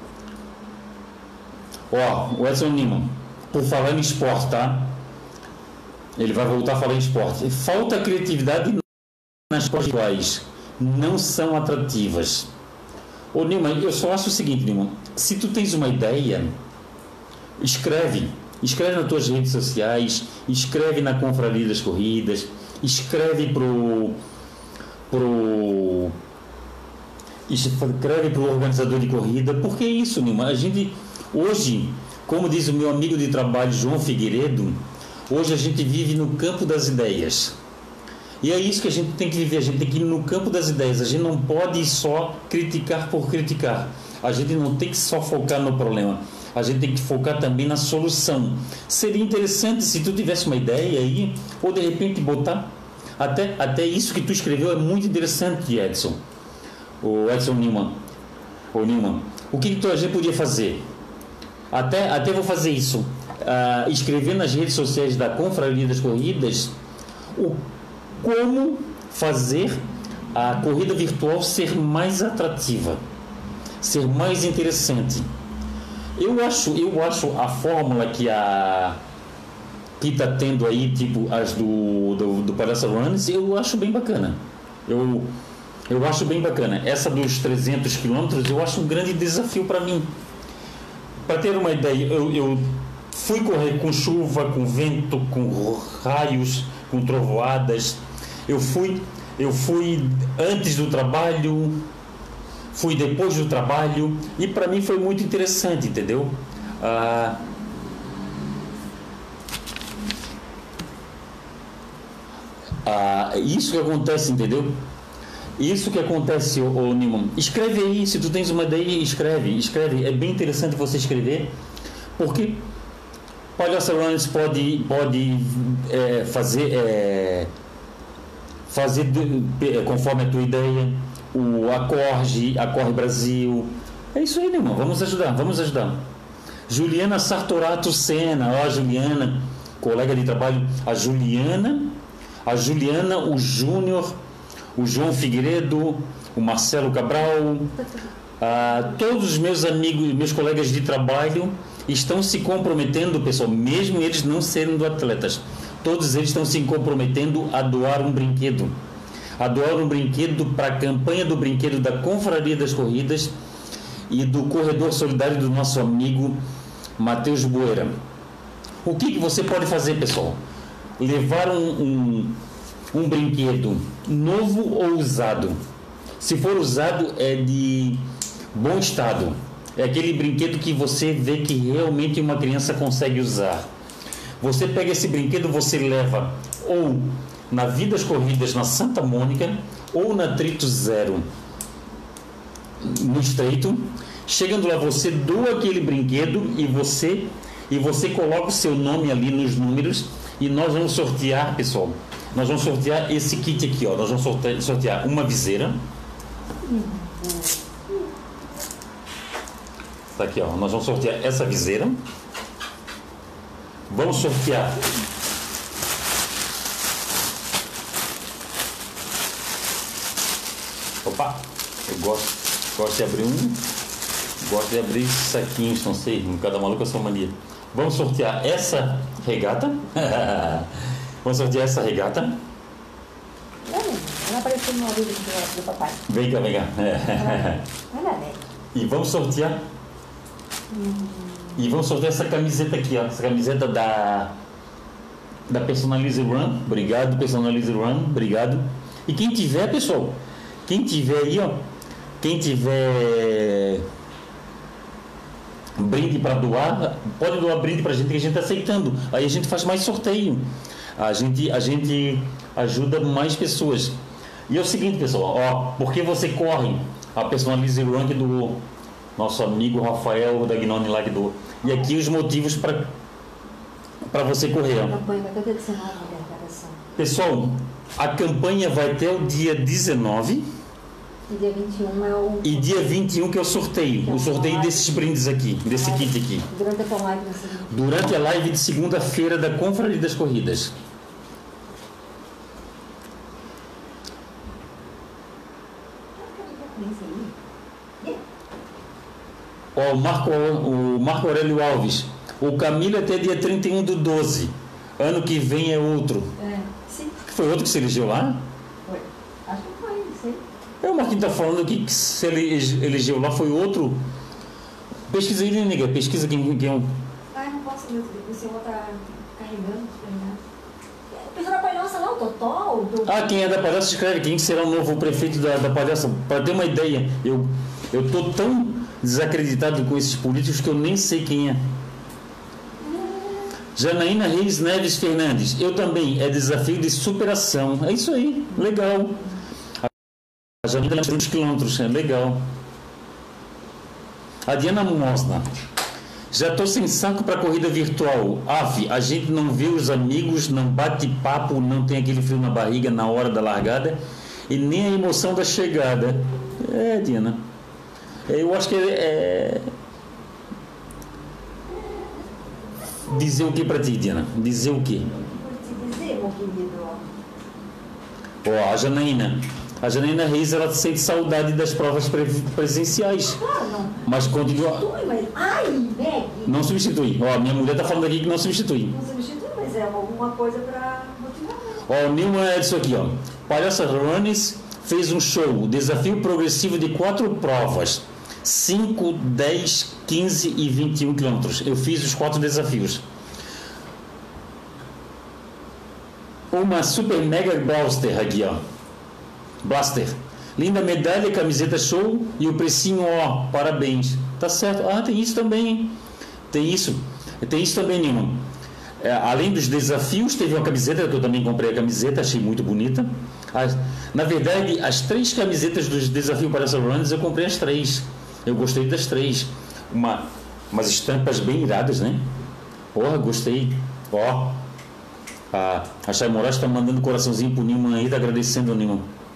O Edson Nima, por falar em esporte, tá? Ele vai voltar a falar em esporte. Falta criatividade nas pós-iguais. Não são atrativas. Nima, eu só acho o seguinte, Nima. Se tu tens uma ideia, escreve nas tuas redes sociais, escreve na Confraria das Corridas, escreve pro organizador de corrida. Porque é isso, Nima. A gente hoje, como diz o meu amigo de trabalho João Figueiredo, hoje a gente vive no campo das ideias. E é isso que a gente tem que viver, a gente tem que ir no campo das ideias. A gente não pode só criticar por criticar. A gente não tem que só focar no problema. A gente tem que focar também na solução. Seria interessante se tu tivesse uma ideia aí, ou de repente botar. Até isso que tu escreveu é muito interessante, Edson. O Edson Newman. O que a gente podia fazer? Até vou fazer isso. Escrever nas redes sociais da Confraria das Corridas como fazer a corrida virtual ser mais atrativa, ser mais interessante. Eu acho a fórmula que está tendo aí, tipo as do Palhaça Runs, eu acho bem bacana. Eu acho bem bacana. Essa dos 300 quilômetros eu acho um grande desafio para mim. Para ter uma ideia, eu fui correr com chuva, com vento, com raios, com trovoadas. Eu fui antes do trabalho, fui depois do trabalho, e para mim foi muito interessante, entendeu? Isso que acontece, entendeu? Isso que acontece, ô Nilman. Escreve aí, se tu tens uma ideia, escreve. É bem interessante você escrever, porque Palhoça Runners pode fazer conforme a tua ideia, o Acorre Brasil. É isso aí, Nilman. Vamos ajudar. Juliana Sartorato Sena, ó, a Juliana, colega de trabalho, a Juliana, o Júnior, o João Figueiredo, o Marcelo Cabral, todos os meus amigos, meus colegas de trabalho estão se comprometendo, pessoal, mesmo eles não sendo atletas, todos eles estão se comprometendo a doar um brinquedo para a campanha do brinquedo da Confraria das Corridas e do Corredor Solidário do nosso amigo Matheus Boeira. O que você pode fazer, pessoal? Levar um brinquedo novo ou usado. Se for usado, é de bom estado. É aquele brinquedo que você vê que realmente uma criança consegue usar. Você pega esse brinquedo, você leva ou na Vidas Corridas na Santa Mônica ou na Trito Zero no Estreito. Chegando lá, você doa aquele brinquedo e você coloca o seu nome ali nos números e nós vamos sortear, pessoal. Nós vamos sortear esse kit aqui, ó. Nós vamos sortear uma viseira. Tá aqui, ó. Nós vamos sortear essa viseira. Vamos sortear opa, eu gosto de abrir gosto de abrir saquinhos, não sei, cada maluco a sua mania. Vamos sortear essa regata. Vamos sortear essa regata. Ela apareceu no vídeo do papai. Vem cá. E vamos sortear. E vamos sortear essa camiseta aqui, ó. Essa camiseta da Personalize Run. Obrigado, Personalize Run. Obrigado. E quem tiver, pessoal, quem tiver aí, ó, quem tiver brinde para doar, pode doar brinde pra gente que a gente tá aceitando. Aí a gente faz mais sorteio. A gente ajuda mais pessoas. E é o seguinte, pessoal, ó, porque você corre a Personalize Run que doou, nosso amigo Rafael Dagnoni lá que doou. E aqui os motivos para você correr. A campanha vai até 19 de arrecadação. Pessoal, a campanha vai até o dia 19. E dia 21 é o... E dia 21 que é o sorteio. O sorteio desses brindes aqui, desse kit aqui. Durante a live de segunda-feira da Confraria das Corridas. Ó, o Marco Aurélio Alves. O Camilo até dia 31/12. Ano que vem é outro. Sim. Foi outro que se elegeu lá? Foi. Acho que foi, não sei. O Marquinhos está falando que se ele elegeu lá foi outro. Pesquisa aí, né, nega? Pesquisa quem é um. Eu não posso mesmo. O senhor está carregando. O pessoal da Palhoça lá, o Totó? Quem é da Palhoça escreve. Quem será o novo prefeito da Palhoça? Para ter uma ideia, eu tô tão desacreditado com esses políticos que eu nem sei quem é. Janaína Reis Neves Fernandes. Eu também. É desafio de superação. É isso aí. Legal. A Janaína lembra dos quilômetros. É legal. A Diana Mosna. Já estou sem saco para corrida virtual. A gente não vê os amigos, não bate papo, não tem aquele frio na barriga na hora da largada e nem a emoção da chegada. Diana. Eu acho que dizer o que para ti, Diana? Dizer o que? Vou te dizer, meu querido. A Janaína Reis, ela sente saudade das provas presenciais. Claro, não. Mas continua. Não substitui. Minha mulher está falando aqui que não substitui. Não substitui, mas é alguma coisa para motivar. O Nilman é disso aqui, ó. Palhoça Runners fez um show, desafio progressivo de 4 provas. 5, 10, 15 e 21 quilômetros. Eu fiz os 4 desafios. Uma super mega blaster aqui, ó. Blaster. Linda medalha, camiseta show e o precinho, ó. Parabéns. Tá certo. Tem isso também, hein? Tem isso também, Nilman. Além dos desafios, teve uma camiseta, que eu também comprei a camiseta, achei muito bonita. Na verdade, as 3 camisetas dos Desafio Palhaça Runners eu comprei as 3. Eu gostei das 3. Umas estampas bem iradas, né? Porra, gostei. Ó, a Chay Moraes está mandando coraçãozinho pro Nilman aí, tá agradecendo o Nilman.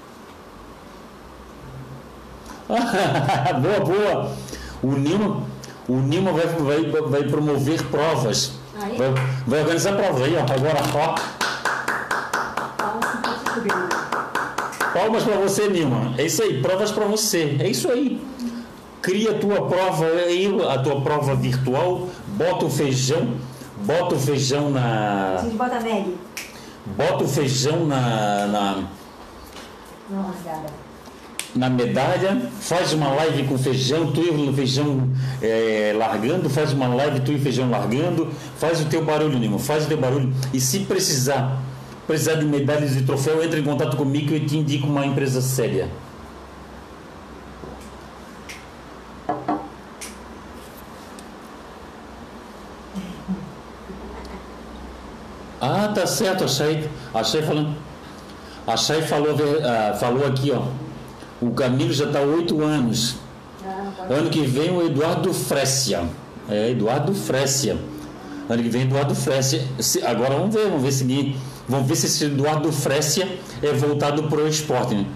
Boa, boa. O Nilman vai promover provas. Vai organizar provas aí, ó. Agora, ó. Palmas para você, Nilman. É isso aí, provas para você. É isso aí. Cria a tua prova aí, a tua prova virtual. Bota o feijão na. Bota Meg. Bota o feijão na medalha, faz uma live com feijão, tu e o feijão largando, faz uma live tu e o feijão largando, faz o teu barulho, Nilman, faz o teu barulho. E se precisar de medalhas e troféu, entra em contato comigo que eu te indico uma empresa séria. Ah, tá certo, a Chay falou aqui, ó. O Camilo já está 8 anos. Ano que vem o Eduardo Frécia. Eduardo Frécia. Ano que vem Eduardo Frécia. Agora vamos ver se esse Eduardo Frécia é voltado para o esporte, né?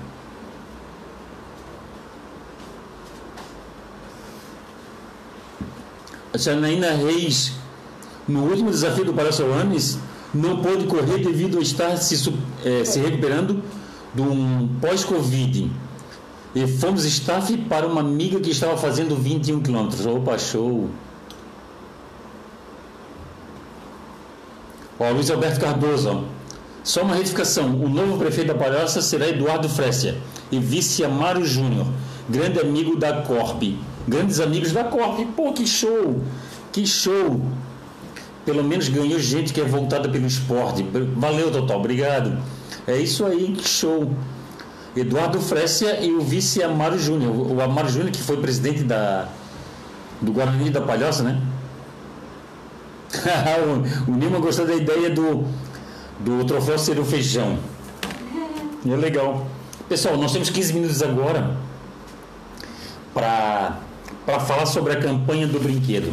A Janaína Reis, no último desafio do Palhaço Runners, não pôde correr devido a estar se recuperando de um pós-Covid. E fomos staff para uma amiga que estava fazendo 21 quilômetros. Opa, show! Ó, Luiz Alberto Cardoso, ó. Só uma retificação. O novo prefeito da Palhoça será Eduardo Frécia e vice Amaro Júnior, grande amigo da Corp. Grandes amigos da Corp. Pô, que show! Que show! Pelo menos ganhou gente que é voltada pelo esporte. Valeu, Total, obrigado. É isso aí, que show! Eduardo Frécia e o vice Amaro Júnior. O Amaro Júnior, que foi presidente do Guarani da Palhoça, né? O Nilman gostou da ideia do troféu ser o feijão. É legal. Pessoal, nós temos 15 minutos agora para falar sobre a campanha do brinquedo.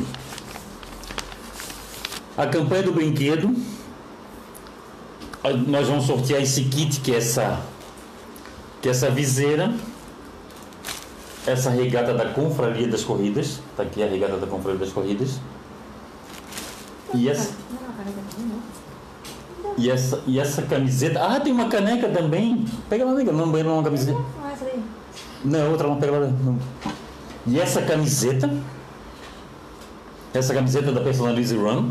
A campanha do brinquedo, nós vamos sortear esse kit, que é essa viseira, essa regata da Confraria das Corridas. Está aqui a regata da Confraria das Corridas. E essa camiseta. Ah, tem uma caneca também. Pega lá, nega. Não, uma camiseta. Não, outra não, pega lá. Não. E essa camiseta. Essa camiseta da Personalize Run.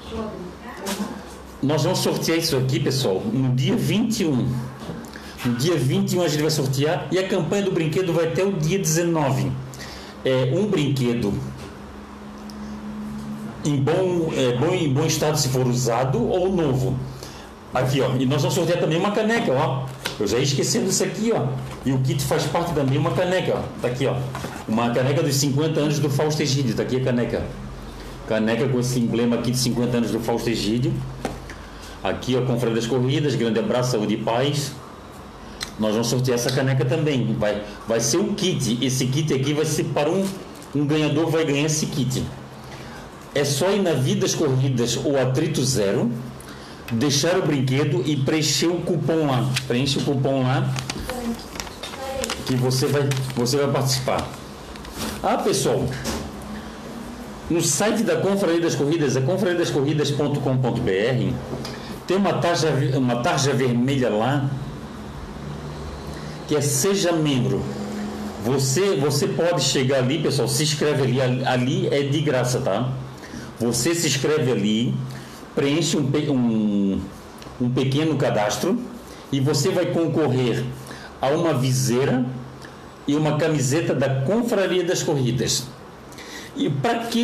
Nós vamos sortear isso aqui, pessoal, no dia 21. No dia 21 a gente vai sortear. E a campanha do brinquedo vai até o dia 19. É um brinquedo em bom estado, se for usado, ou novo. Aqui, ó. E nós vamos sortear também uma caneca, ó. Eu já ia esquecendo isso aqui, ó. E o kit faz parte também uma caneca, ó. Tá aqui, ó. Uma caneca dos 50 anos do Fausto Egídio. Tá aqui a caneca. Caneca com esse emblema aqui de 50 anos do Fausto Egídio. Aqui, ó, Confraria das Corridas. Grande abraço, saúde e paz. Nós vamos sortear essa caneca também. Vai ser um kit. Esse kit aqui vai ser para um ganhador, vai ganhar esse kit. É só ir na Vidas Corridas ou Atrito Zero, deixar o brinquedo e preencher o cupom lá. Preenche o cupom lá que você vai participar. Ah, pessoal, no site da Confraria das Corridas, é confrariadascorridas.com.br, tem uma tarja vermelha lá que é Seja Membro. Você pode chegar ali, pessoal, se inscreve ali é de graça, tá? Você se inscreve ali, preenche um pequeno cadastro e você vai concorrer a uma viseira e uma camiseta da Confraria das Corridas. E para que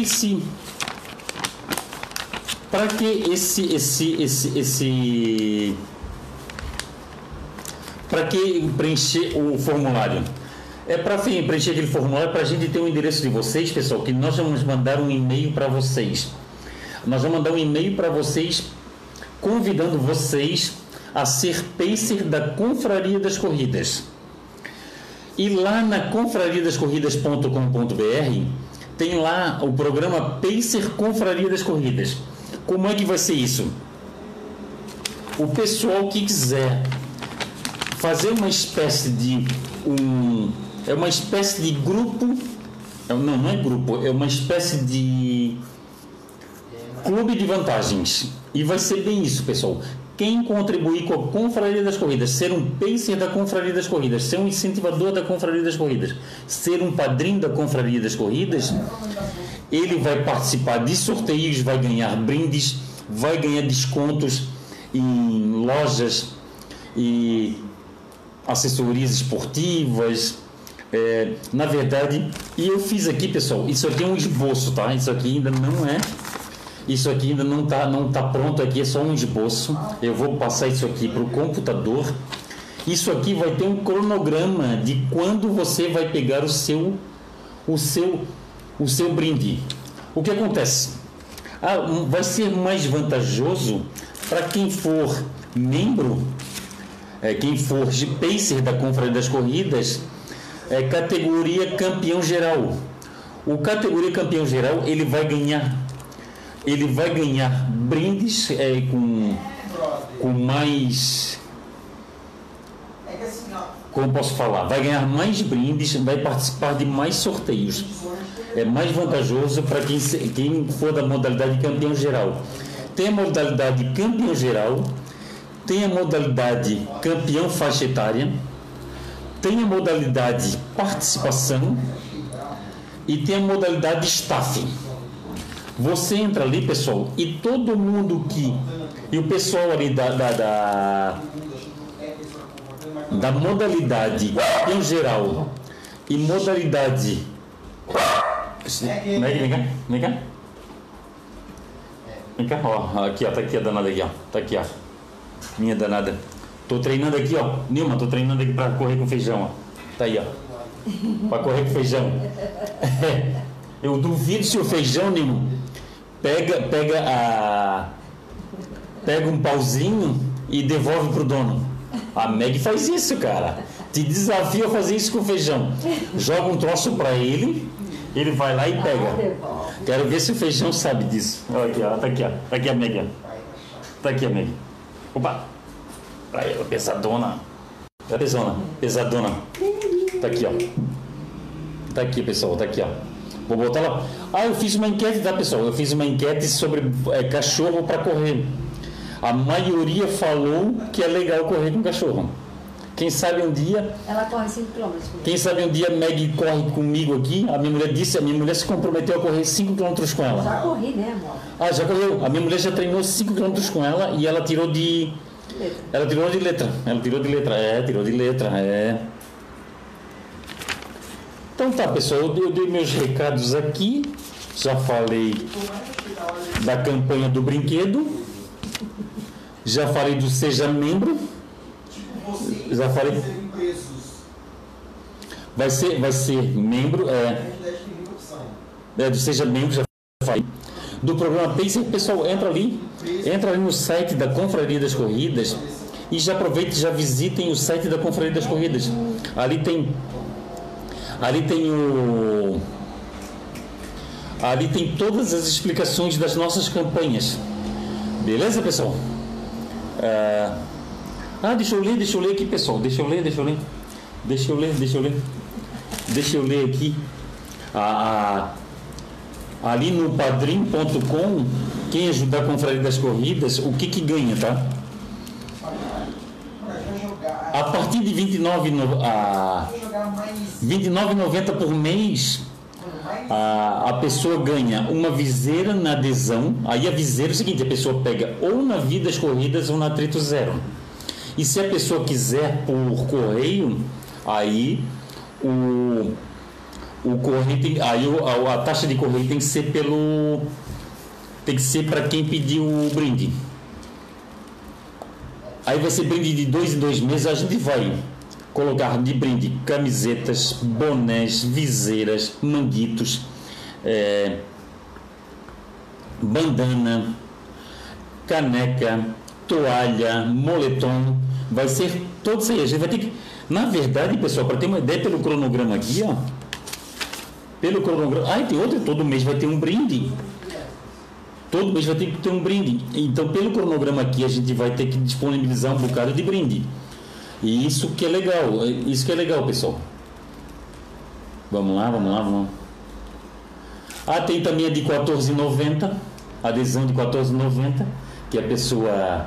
preencher o formulário? É para preencher aquele formulário, para a gente ter o endereço de vocês, pessoal, que nós vamos mandar um e-mail para vocês. Nós vamos mandar um e-mail para vocês, convidando vocês a ser pacer da Confraria das Corridas. E lá na confrariadascorridas.com.br tem lá o programa Pacer Confraria das Corridas. Como é que vai ser isso? O pessoal que quiser fazer uma espécie de é uma espécie de grupo, não é grupo, é uma espécie de clube de vantagens. E vai ser bem isso, pessoal. Quem contribuir com a Confraria das Corridas, ser um pacer da Confraria das Corridas, ser um incentivador da Confraria das Corridas, ser um padrinho da Confraria das Corridas, ele vai participar de sorteios, vai ganhar brindes, vai ganhar descontos em lojas e assessorias esportivas. Na verdade, e eu fiz aqui, pessoal, isso aqui é um esboço, tá? Isso aqui ainda não tá pronto, aqui é só um esboço. Eu vou passar isso aqui para o computador. Isso aqui vai ter um cronograma de quando você vai pegar o seu brinde. O que acontece? Vai ser mais vantajoso para quem for membro, quem for de pacer da Confraria das Corridas, categoria campeão geral. O categoria campeão geral, ele vai ganhar brindes com mais, como posso falar, vai ganhar mais brindes, vai participar de mais sorteios. É mais vantajoso para quem for da modalidade campeão geral. Tem a modalidade campeão geral, tem a modalidade campeão faixa etária, tem a modalidade participação e tem a modalidade staff. Você entra ali, pessoal, e todo mundo e o pessoal ali da modalidade campeão geral e modalidade. Vem cá. Vem cá, ó, aqui, ó, tá aqui a danada aqui, ó, tá aqui, ó, minha danada. Tô treinando aqui, ó, Nilma, tô treinando aqui pra correr com feijão, ó, tá aí, ó, pra correr com feijão. Eu duvido se o feijão, Nilma, pega um pauzinho e devolve pro dono. A Meg faz isso, cara. Te desafio a fazer isso com o feijão. Joga um troço pra ele vai lá e pega. Quero ver se o feijão sabe disso. Olha aqui, ó, tá aqui, ó. Tá aqui a Meg, ó. Tá aqui a Meg. Opa! Aí, ela pesadona. Pesadona. Tá aqui, ó. Tá aqui, pessoal, tá aqui, ó. Vou botar lá. Eu fiz uma enquete, tá, pessoal? Eu fiz uma enquete sobre cachorro para correr. A maioria falou que é legal correr com cachorro. Quem sabe um dia... Ela corre 5 km. Quem sabe um dia a Meg corre comigo aqui. A minha mulher se comprometeu a correr 5 km com ela. Já corri, né, amor? Já correu. A minha mulher já treinou 5 km com ela e ela tirou de... Ela tirou de letra. Tirou de letra. Então tá, pessoal, eu dei meus recados aqui. Já falei da campanha do brinquedo. Já falei do Seja Membro. Já falei. Vai ser membro. Do Seja Membro, já falei. Do programa Pacer, pessoal, entra ali no site da Confraria das Corridas e já aproveitem e já visitem o site da Confraria das Corridas. Ali tem todas as explicações das nossas campanhas. Beleza, pessoal? Deixa eu ler aqui, pessoal. Deixa eu ler aqui. Ali no padrim.com, quem ajudar a Confraria das Corridas, o que ganha, tá? A partir de R$ 29,90 por mês, a pessoa ganha uma viseira na adesão. Aí a viseira é o seguinte, a pessoa pega ou na Vidas Corridas ou na Atrito Zero. E se a pessoa quiser por correio, aí o correio a taxa de correio tem que ser para quem pediu o brinde. Aí vai ser brinde de 2 em 2 meses. A gente vai colocar de brinde camisetas, bonés, viseiras, manguitos, bandana, caneca, toalha, moletom, vai ser todo isso aí. A gente vai ter que, na verdade, pessoal, para ter uma ideia pelo cronograma aqui, ó, pelo cronograma, tem outro, todo mês vai ter um brinde. Todo mês vai ter que ter um brinde. Então, pelo cronograma aqui, a gente vai ter que disponibilizar um bocado de brinde. E isso que é legal. Isso que é legal, pessoal. Vamos lá. Tem também a de R$14,90. Adesão de R$14,90. Que a pessoa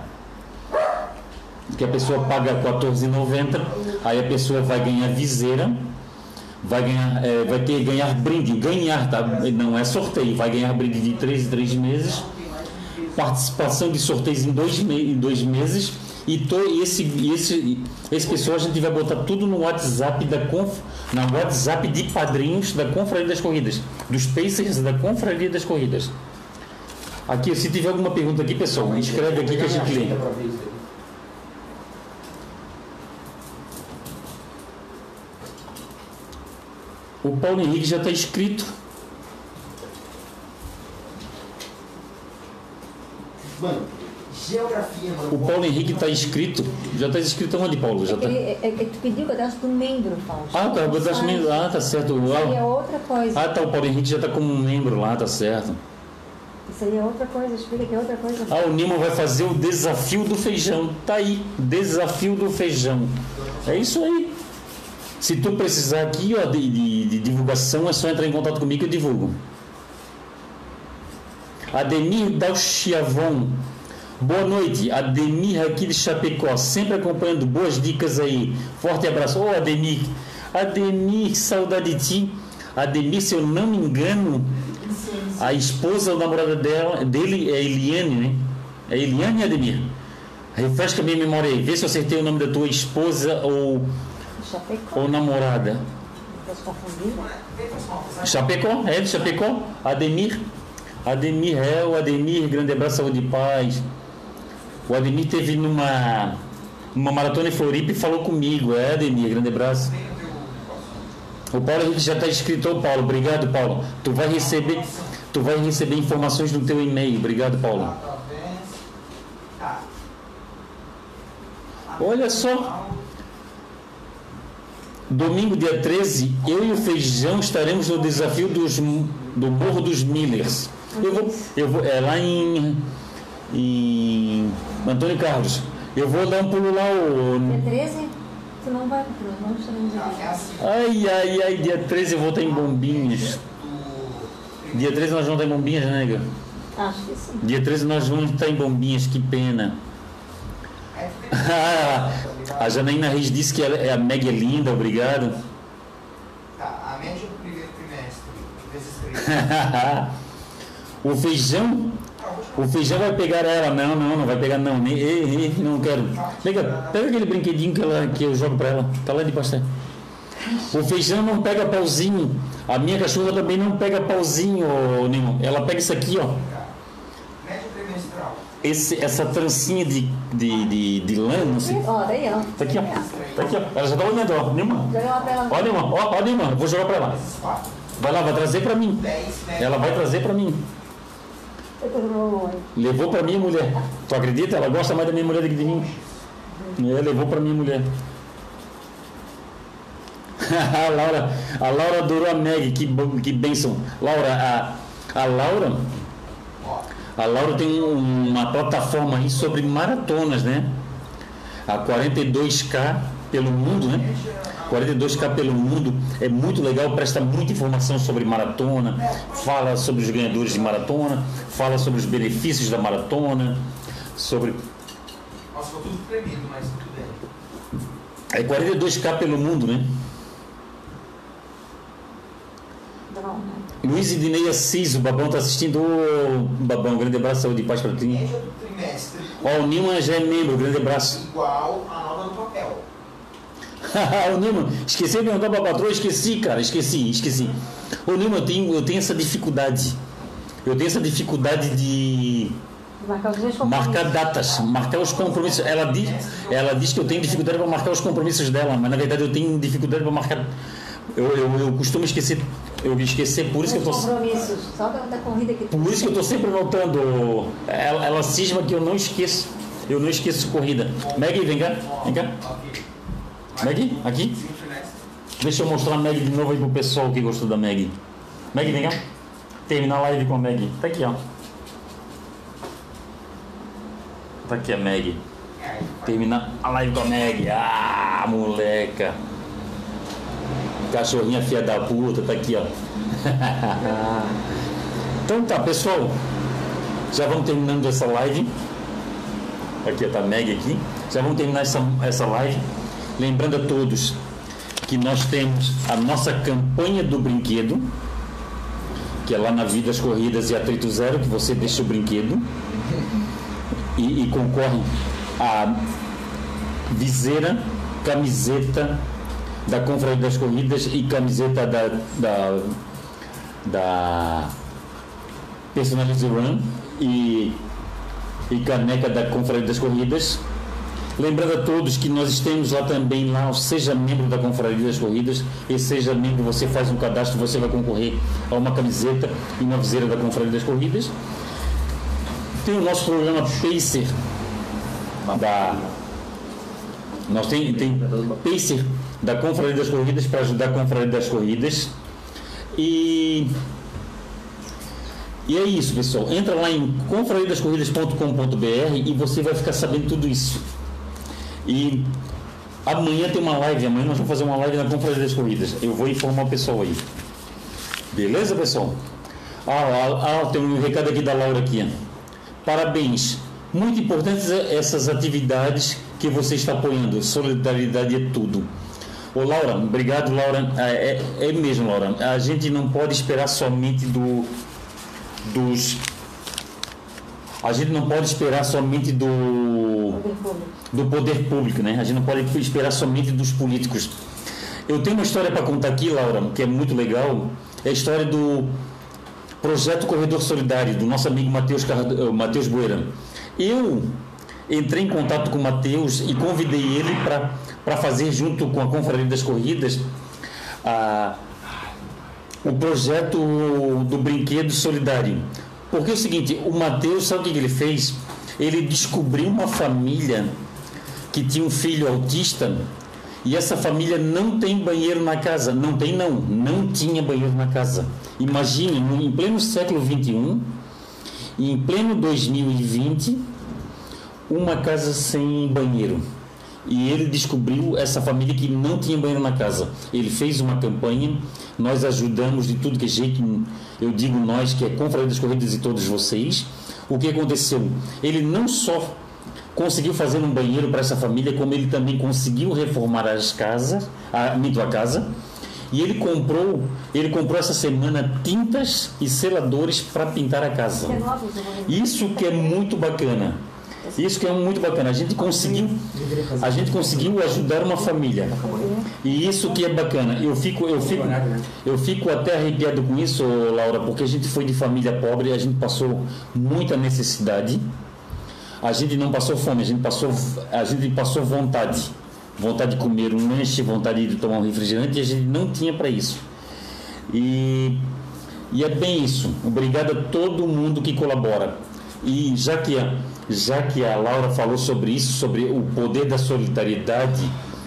paga R$14,90. Aí a pessoa vai ganhar viseira. Vai ganhar brinde, tá? Não é sorteio, vai ganhar brinde de 3 em 3 meses, participação de sorteios em 2 meses, e esse pessoal a gente vai botar tudo no WhatsApp na WhatsApp de padrinhos da Confraria das Corridas, dos Pacers da Confraria das Corridas. Aqui, se tiver alguma pergunta aqui, pessoal, escreve aqui que a gente lê. O Paulo Henrique já está inscrito. Mano, geografia, mano. O Paulo Henrique está inscrito. Já está inscrito onde, Paulo? Já tá... Tu pediu cadastro do membro, Paulo. Cadastro do membro. Tá certo. Isso aí é outra coisa. O Paulo Henrique já está como um membro lá, tá certo. Isso aí é outra coisa, explica que é outra coisa. O Nimo vai fazer o desafio do feijão. Tá aí, desafio do feijão. É isso aí. Se tu precisar aqui, ó, de divulgação, é só entrar em contato comigo que eu divulgo. Ademir Dalchiavon. Boa noite, Ademir aqui de Chapecó, sempre acompanhando, boas dicas aí. Forte abraço. Ademir. Ademir, saudade de ti. Ademir, se eu não me engano, a esposa ou namorada dele é Eliane, né? É Eliane, Ademir? Refresca a minha memória aí, vê se eu acertei o nome da tua esposa ou namorada. Chapecó, é de Chapecó? Ademir, o Ademir, grande abraço, saúde e paz. O Ademir teve numa maratona em Floripa e falou comigo. Ademir, grande abraço. O Paulo Henrique já está inscrito. Paulo, obrigado, Paulo. Tu vai receber informações no teu e-mail. Obrigado, Paulo. Olha só. Domingo, dia 13, eu e o Feijão estaremos no desafio do Morro dos Millers. Eu vou lá em Antônio Carlos. Eu vou dar um pulo lá. Dia 13? Tu não vai, não estaremos aqui. Ai, dia 13 eu vou estar em Bombinhas. Dia 13 nós vamos estar em Bombinhas, né, nega? Acho que sim. Dia 13 nós vamos estar em Bombinhas, que pena. A Janaína Reis disse que a Meg é linda, obrigado. A média do primeiro trimestre, vezes 3. O feijão vai pegar ela. Não vai pegar não. Não quero. Pega aquele brinquedinho que eu jogo pra ela. Tá lá de pastel. O feijão não pega pauzinho. A minha cachorra também não pega pauzinho, Nimo. Ela pega isso aqui, ó. Média trimestral. Essa trancinha de lã, não sei. Daí, ó. Tá aqui, ó. Ela já tá olhando, ó. Nimo. Joga lá pra ela. Ó, Nimo. Eu vou jogar pra ela. Vai lá, vai trazer pra mim. Ela vai trazer pra mim. Levou pra minha mulher. Tu acredita? Ela gosta mais da minha mulher do que de mim. Levou pra minha mulher. A Laura adorou a Meg, que bênção. A Laura tem uma plataforma aí sobre maratonas, né? A 42K pelo mundo, né? 42K pelo mundo, é muito legal, presta muita informação sobre maratona, fala sobre os ganhadores de maratona, fala sobre os benefícios da maratona, sobre... Nossa, ficou tudo tremido, mas tudo bem. É 42K pelo mundo, né? Luiz Ednei Assis, o Babão tá assistindo. Babão, um grande abraço, saúde e paz para ti. Média do trimestre. O Nilman já é membro, grande abraço. Igual a nota do papel. O Nilman, esqueci de perguntar para a patroa, esqueci. O Nilman, eu tenho essa dificuldade. De marcar datas, marcar os compromissos. Ela diz que eu tenho dificuldade para marcar os compromissos dela, mas na verdade eu tenho dificuldade para marcar. Eu costumo esquecer. Por isso que eu tô. Compromissos. Só da corrida que Por isso que eu estou sempre anotando. Ela cisma que eu não esqueço. Eu não esqueço corrida. Maggie, vem cá. Vem cá. Maggie, aqui. Deixa eu mostrar a Maggie de novo aí pro pessoal que gostou da Maggie. Maggie, vem cá. Terminar a live com a Maggie. Tá aqui, ó. Tá aqui a Maggie. Terminar a live com a Maggie. Ah, moleca. Cachorrinha filha da puta. Tá aqui, ó. Então tá, pessoal. Já vamos terminando essa live. Aqui tá a Maggie aqui. Já vamos terminar essa live. Lembrando a todos que nós temos a nossa campanha do brinquedo, que é lá na Vidas Corridas e Atrito Zero, que você deixa o brinquedo e concorre a viseira, camiseta da Confraria das Corridas e camiseta da Personalize Run e caneca da Confraria das Corridas. Lembrando a todos que nós temos lá também, seja membro da Confraria das Corridas e seja membro, você faz um cadastro, você vai concorrer a uma camiseta e uma viseira da Confraria das Corridas. Tem o nosso programa Pacer nós tem Pacer da Confraria das Corridas para ajudar a Confraria das Corridas. E é isso, pessoal. Entra lá em confrariadascorridas.com.br e você vai ficar sabendo tudo isso. E amanhã tem uma live. Amanhã nós vamos fazer uma live na Confraria das Corridas. Eu vou informar o pessoal aí. Beleza, pessoal? Tem um recado aqui da Laura aqui. Parabéns. Muito importantes essas atividades que você está apoiando. Solidariedade é tudo. Ô Laura, obrigado, Laura. É mesmo, Laura. A gente não pode esperar somente a gente não pode esperar somente do poder público, né? A gente não pode esperar somente dos políticos. Eu tenho uma história para contar aqui, Laura, que é muito legal. É a história do Projeto Corredor Solidário, do nosso amigo Matheus Boeira. Eu entrei em contato com o Matheus e convidei ele para fazer, junto com a Confraria das Corridas, o projeto do brinquedo solidário. Porque é o seguinte, o Matheus, sabe o que ele fez? Ele descobriu uma família que tinha um filho autista e essa família não tem banheiro na casa. Não tinha banheiro na casa. Imagine, em pleno século XXI, em pleno 2020, uma casa sem banheiro. E ele descobriu essa família que não tinha banheiro na casa. Ele fez uma campanha, nós ajudamos de tudo que é jeito, eu digo nós, que é Confraria das Corridas e todos vocês. O que aconteceu? Ele não só conseguiu fazer um banheiro para essa família, como ele também conseguiu reformar a casa, e ele comprou essa semana tintas e seladores para pintar a casa. Isso que é muito bacana. A gente conseguiu ajudar uma família. E isso que é bacana. Eu fico até arrepiado com isso, Laura, porque a gente foi de família pobre, a gente passou muita necessidade. A gente não passou fome, a gente passou vontade de comer um lanche, vontade de tomar um refrigerante, e a gente não tinha para isso. E é bem isso. Obrigado a todo mundo que colabora. E já que a Laura falou sobre isso, sobre o poder da solidariedade,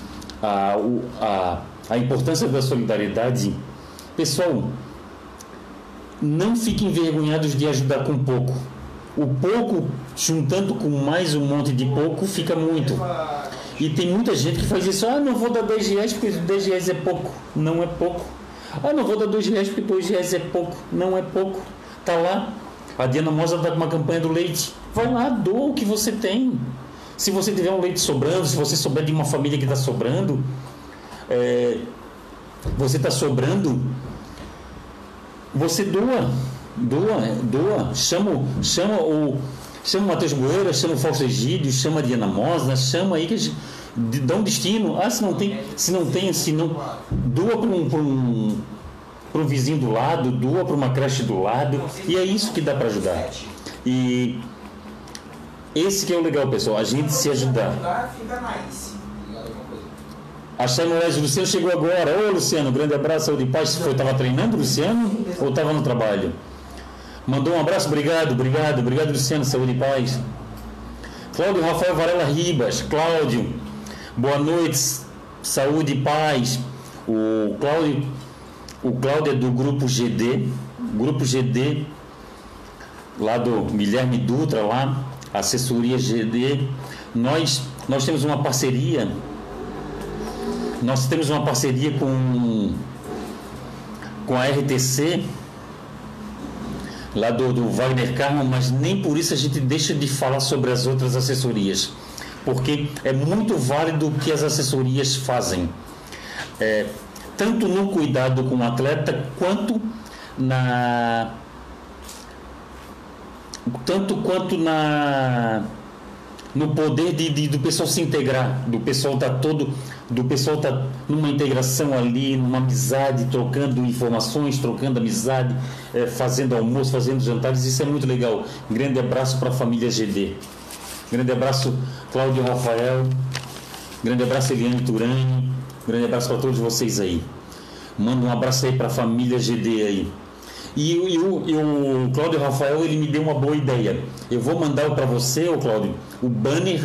a importância da solidariedade, pessoal, não fiquem envergonhados de ajudar com pouco. O pouco, juntando com mais um monte de pouco, fica muito. E tem muita gente que faz isso. Não vou dar R$10 porque R$10 é pouco. Não é pouco. Não vou dar R$2 porque R$2 é pouco. Não é pouco. Tá lá. A Diana Mosa está com uma campanha do leite. Vai lá, doa o que você tem. Se você tiver um leite sobrando, se você souber de uma família que está sobrando, você está sobrando, você doa. Chama o Matheus Boeira, chama o Fausto Egídio, chama a Diana Mosa, chama aí que dá um destino. Se não tem, doa para um vizinho do lado, doa para uma creche do lado, e é isso que dá para ajudar. E esse que é o legal, pessoal, a gente se ajudar. A Moraes, o Luciano chegou agora. Ô Luciano, grande abraço, saúde e paz. Você estava treinando, Luciano, ou estava no trabalho? Mandou um abraço, obrigado Luciano, saúde e paz. Cláudio Rafael Varela Ribas. Cláudio, boa noite, saúde e paz. O Cláudio é do Grupo GD, lá do Guilherme Dutra, lá, assessoria GD. Nós temos uma parceria, com a RTC, lá do Wagner Carmo, mas nem por isso a gente deixa de falar sobre as outras assessorias, porque é muito válido o que as assessorias fazem, tanto no cuidado com o atleta, quanto no poder do pessoal se integrar, do pessoal tá numa integração ali, numa amizade, trocando informações, trocando amizade, fazendo almoço, fazendo jantares. Isso é muito legal. Grande abraço para a família GD. Grande abraço, Cláudio Rafael. Grande abraço, Eliane Turani. Grande abraço para todos vocês aí. Manda um abraço aí para a família GD aí. E o Cláudio Rafael, ele me deu uma boa ideia. Eu vou mandar para você, Cláudio, o banner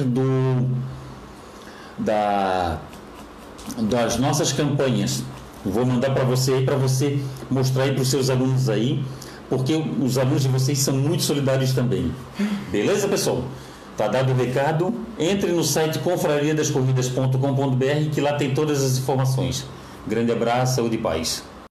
das nossas campanhas. Vou mandar para você aí, para você mostrar aí para os seus alunos aí, porque os alunos de vocês são muito solidários também. Beleza, pessoal? Tá dado o recado. Entre no site confrariadascorridas.com.br, que lá tem todas as informações. Grande abraço, saúde e paz.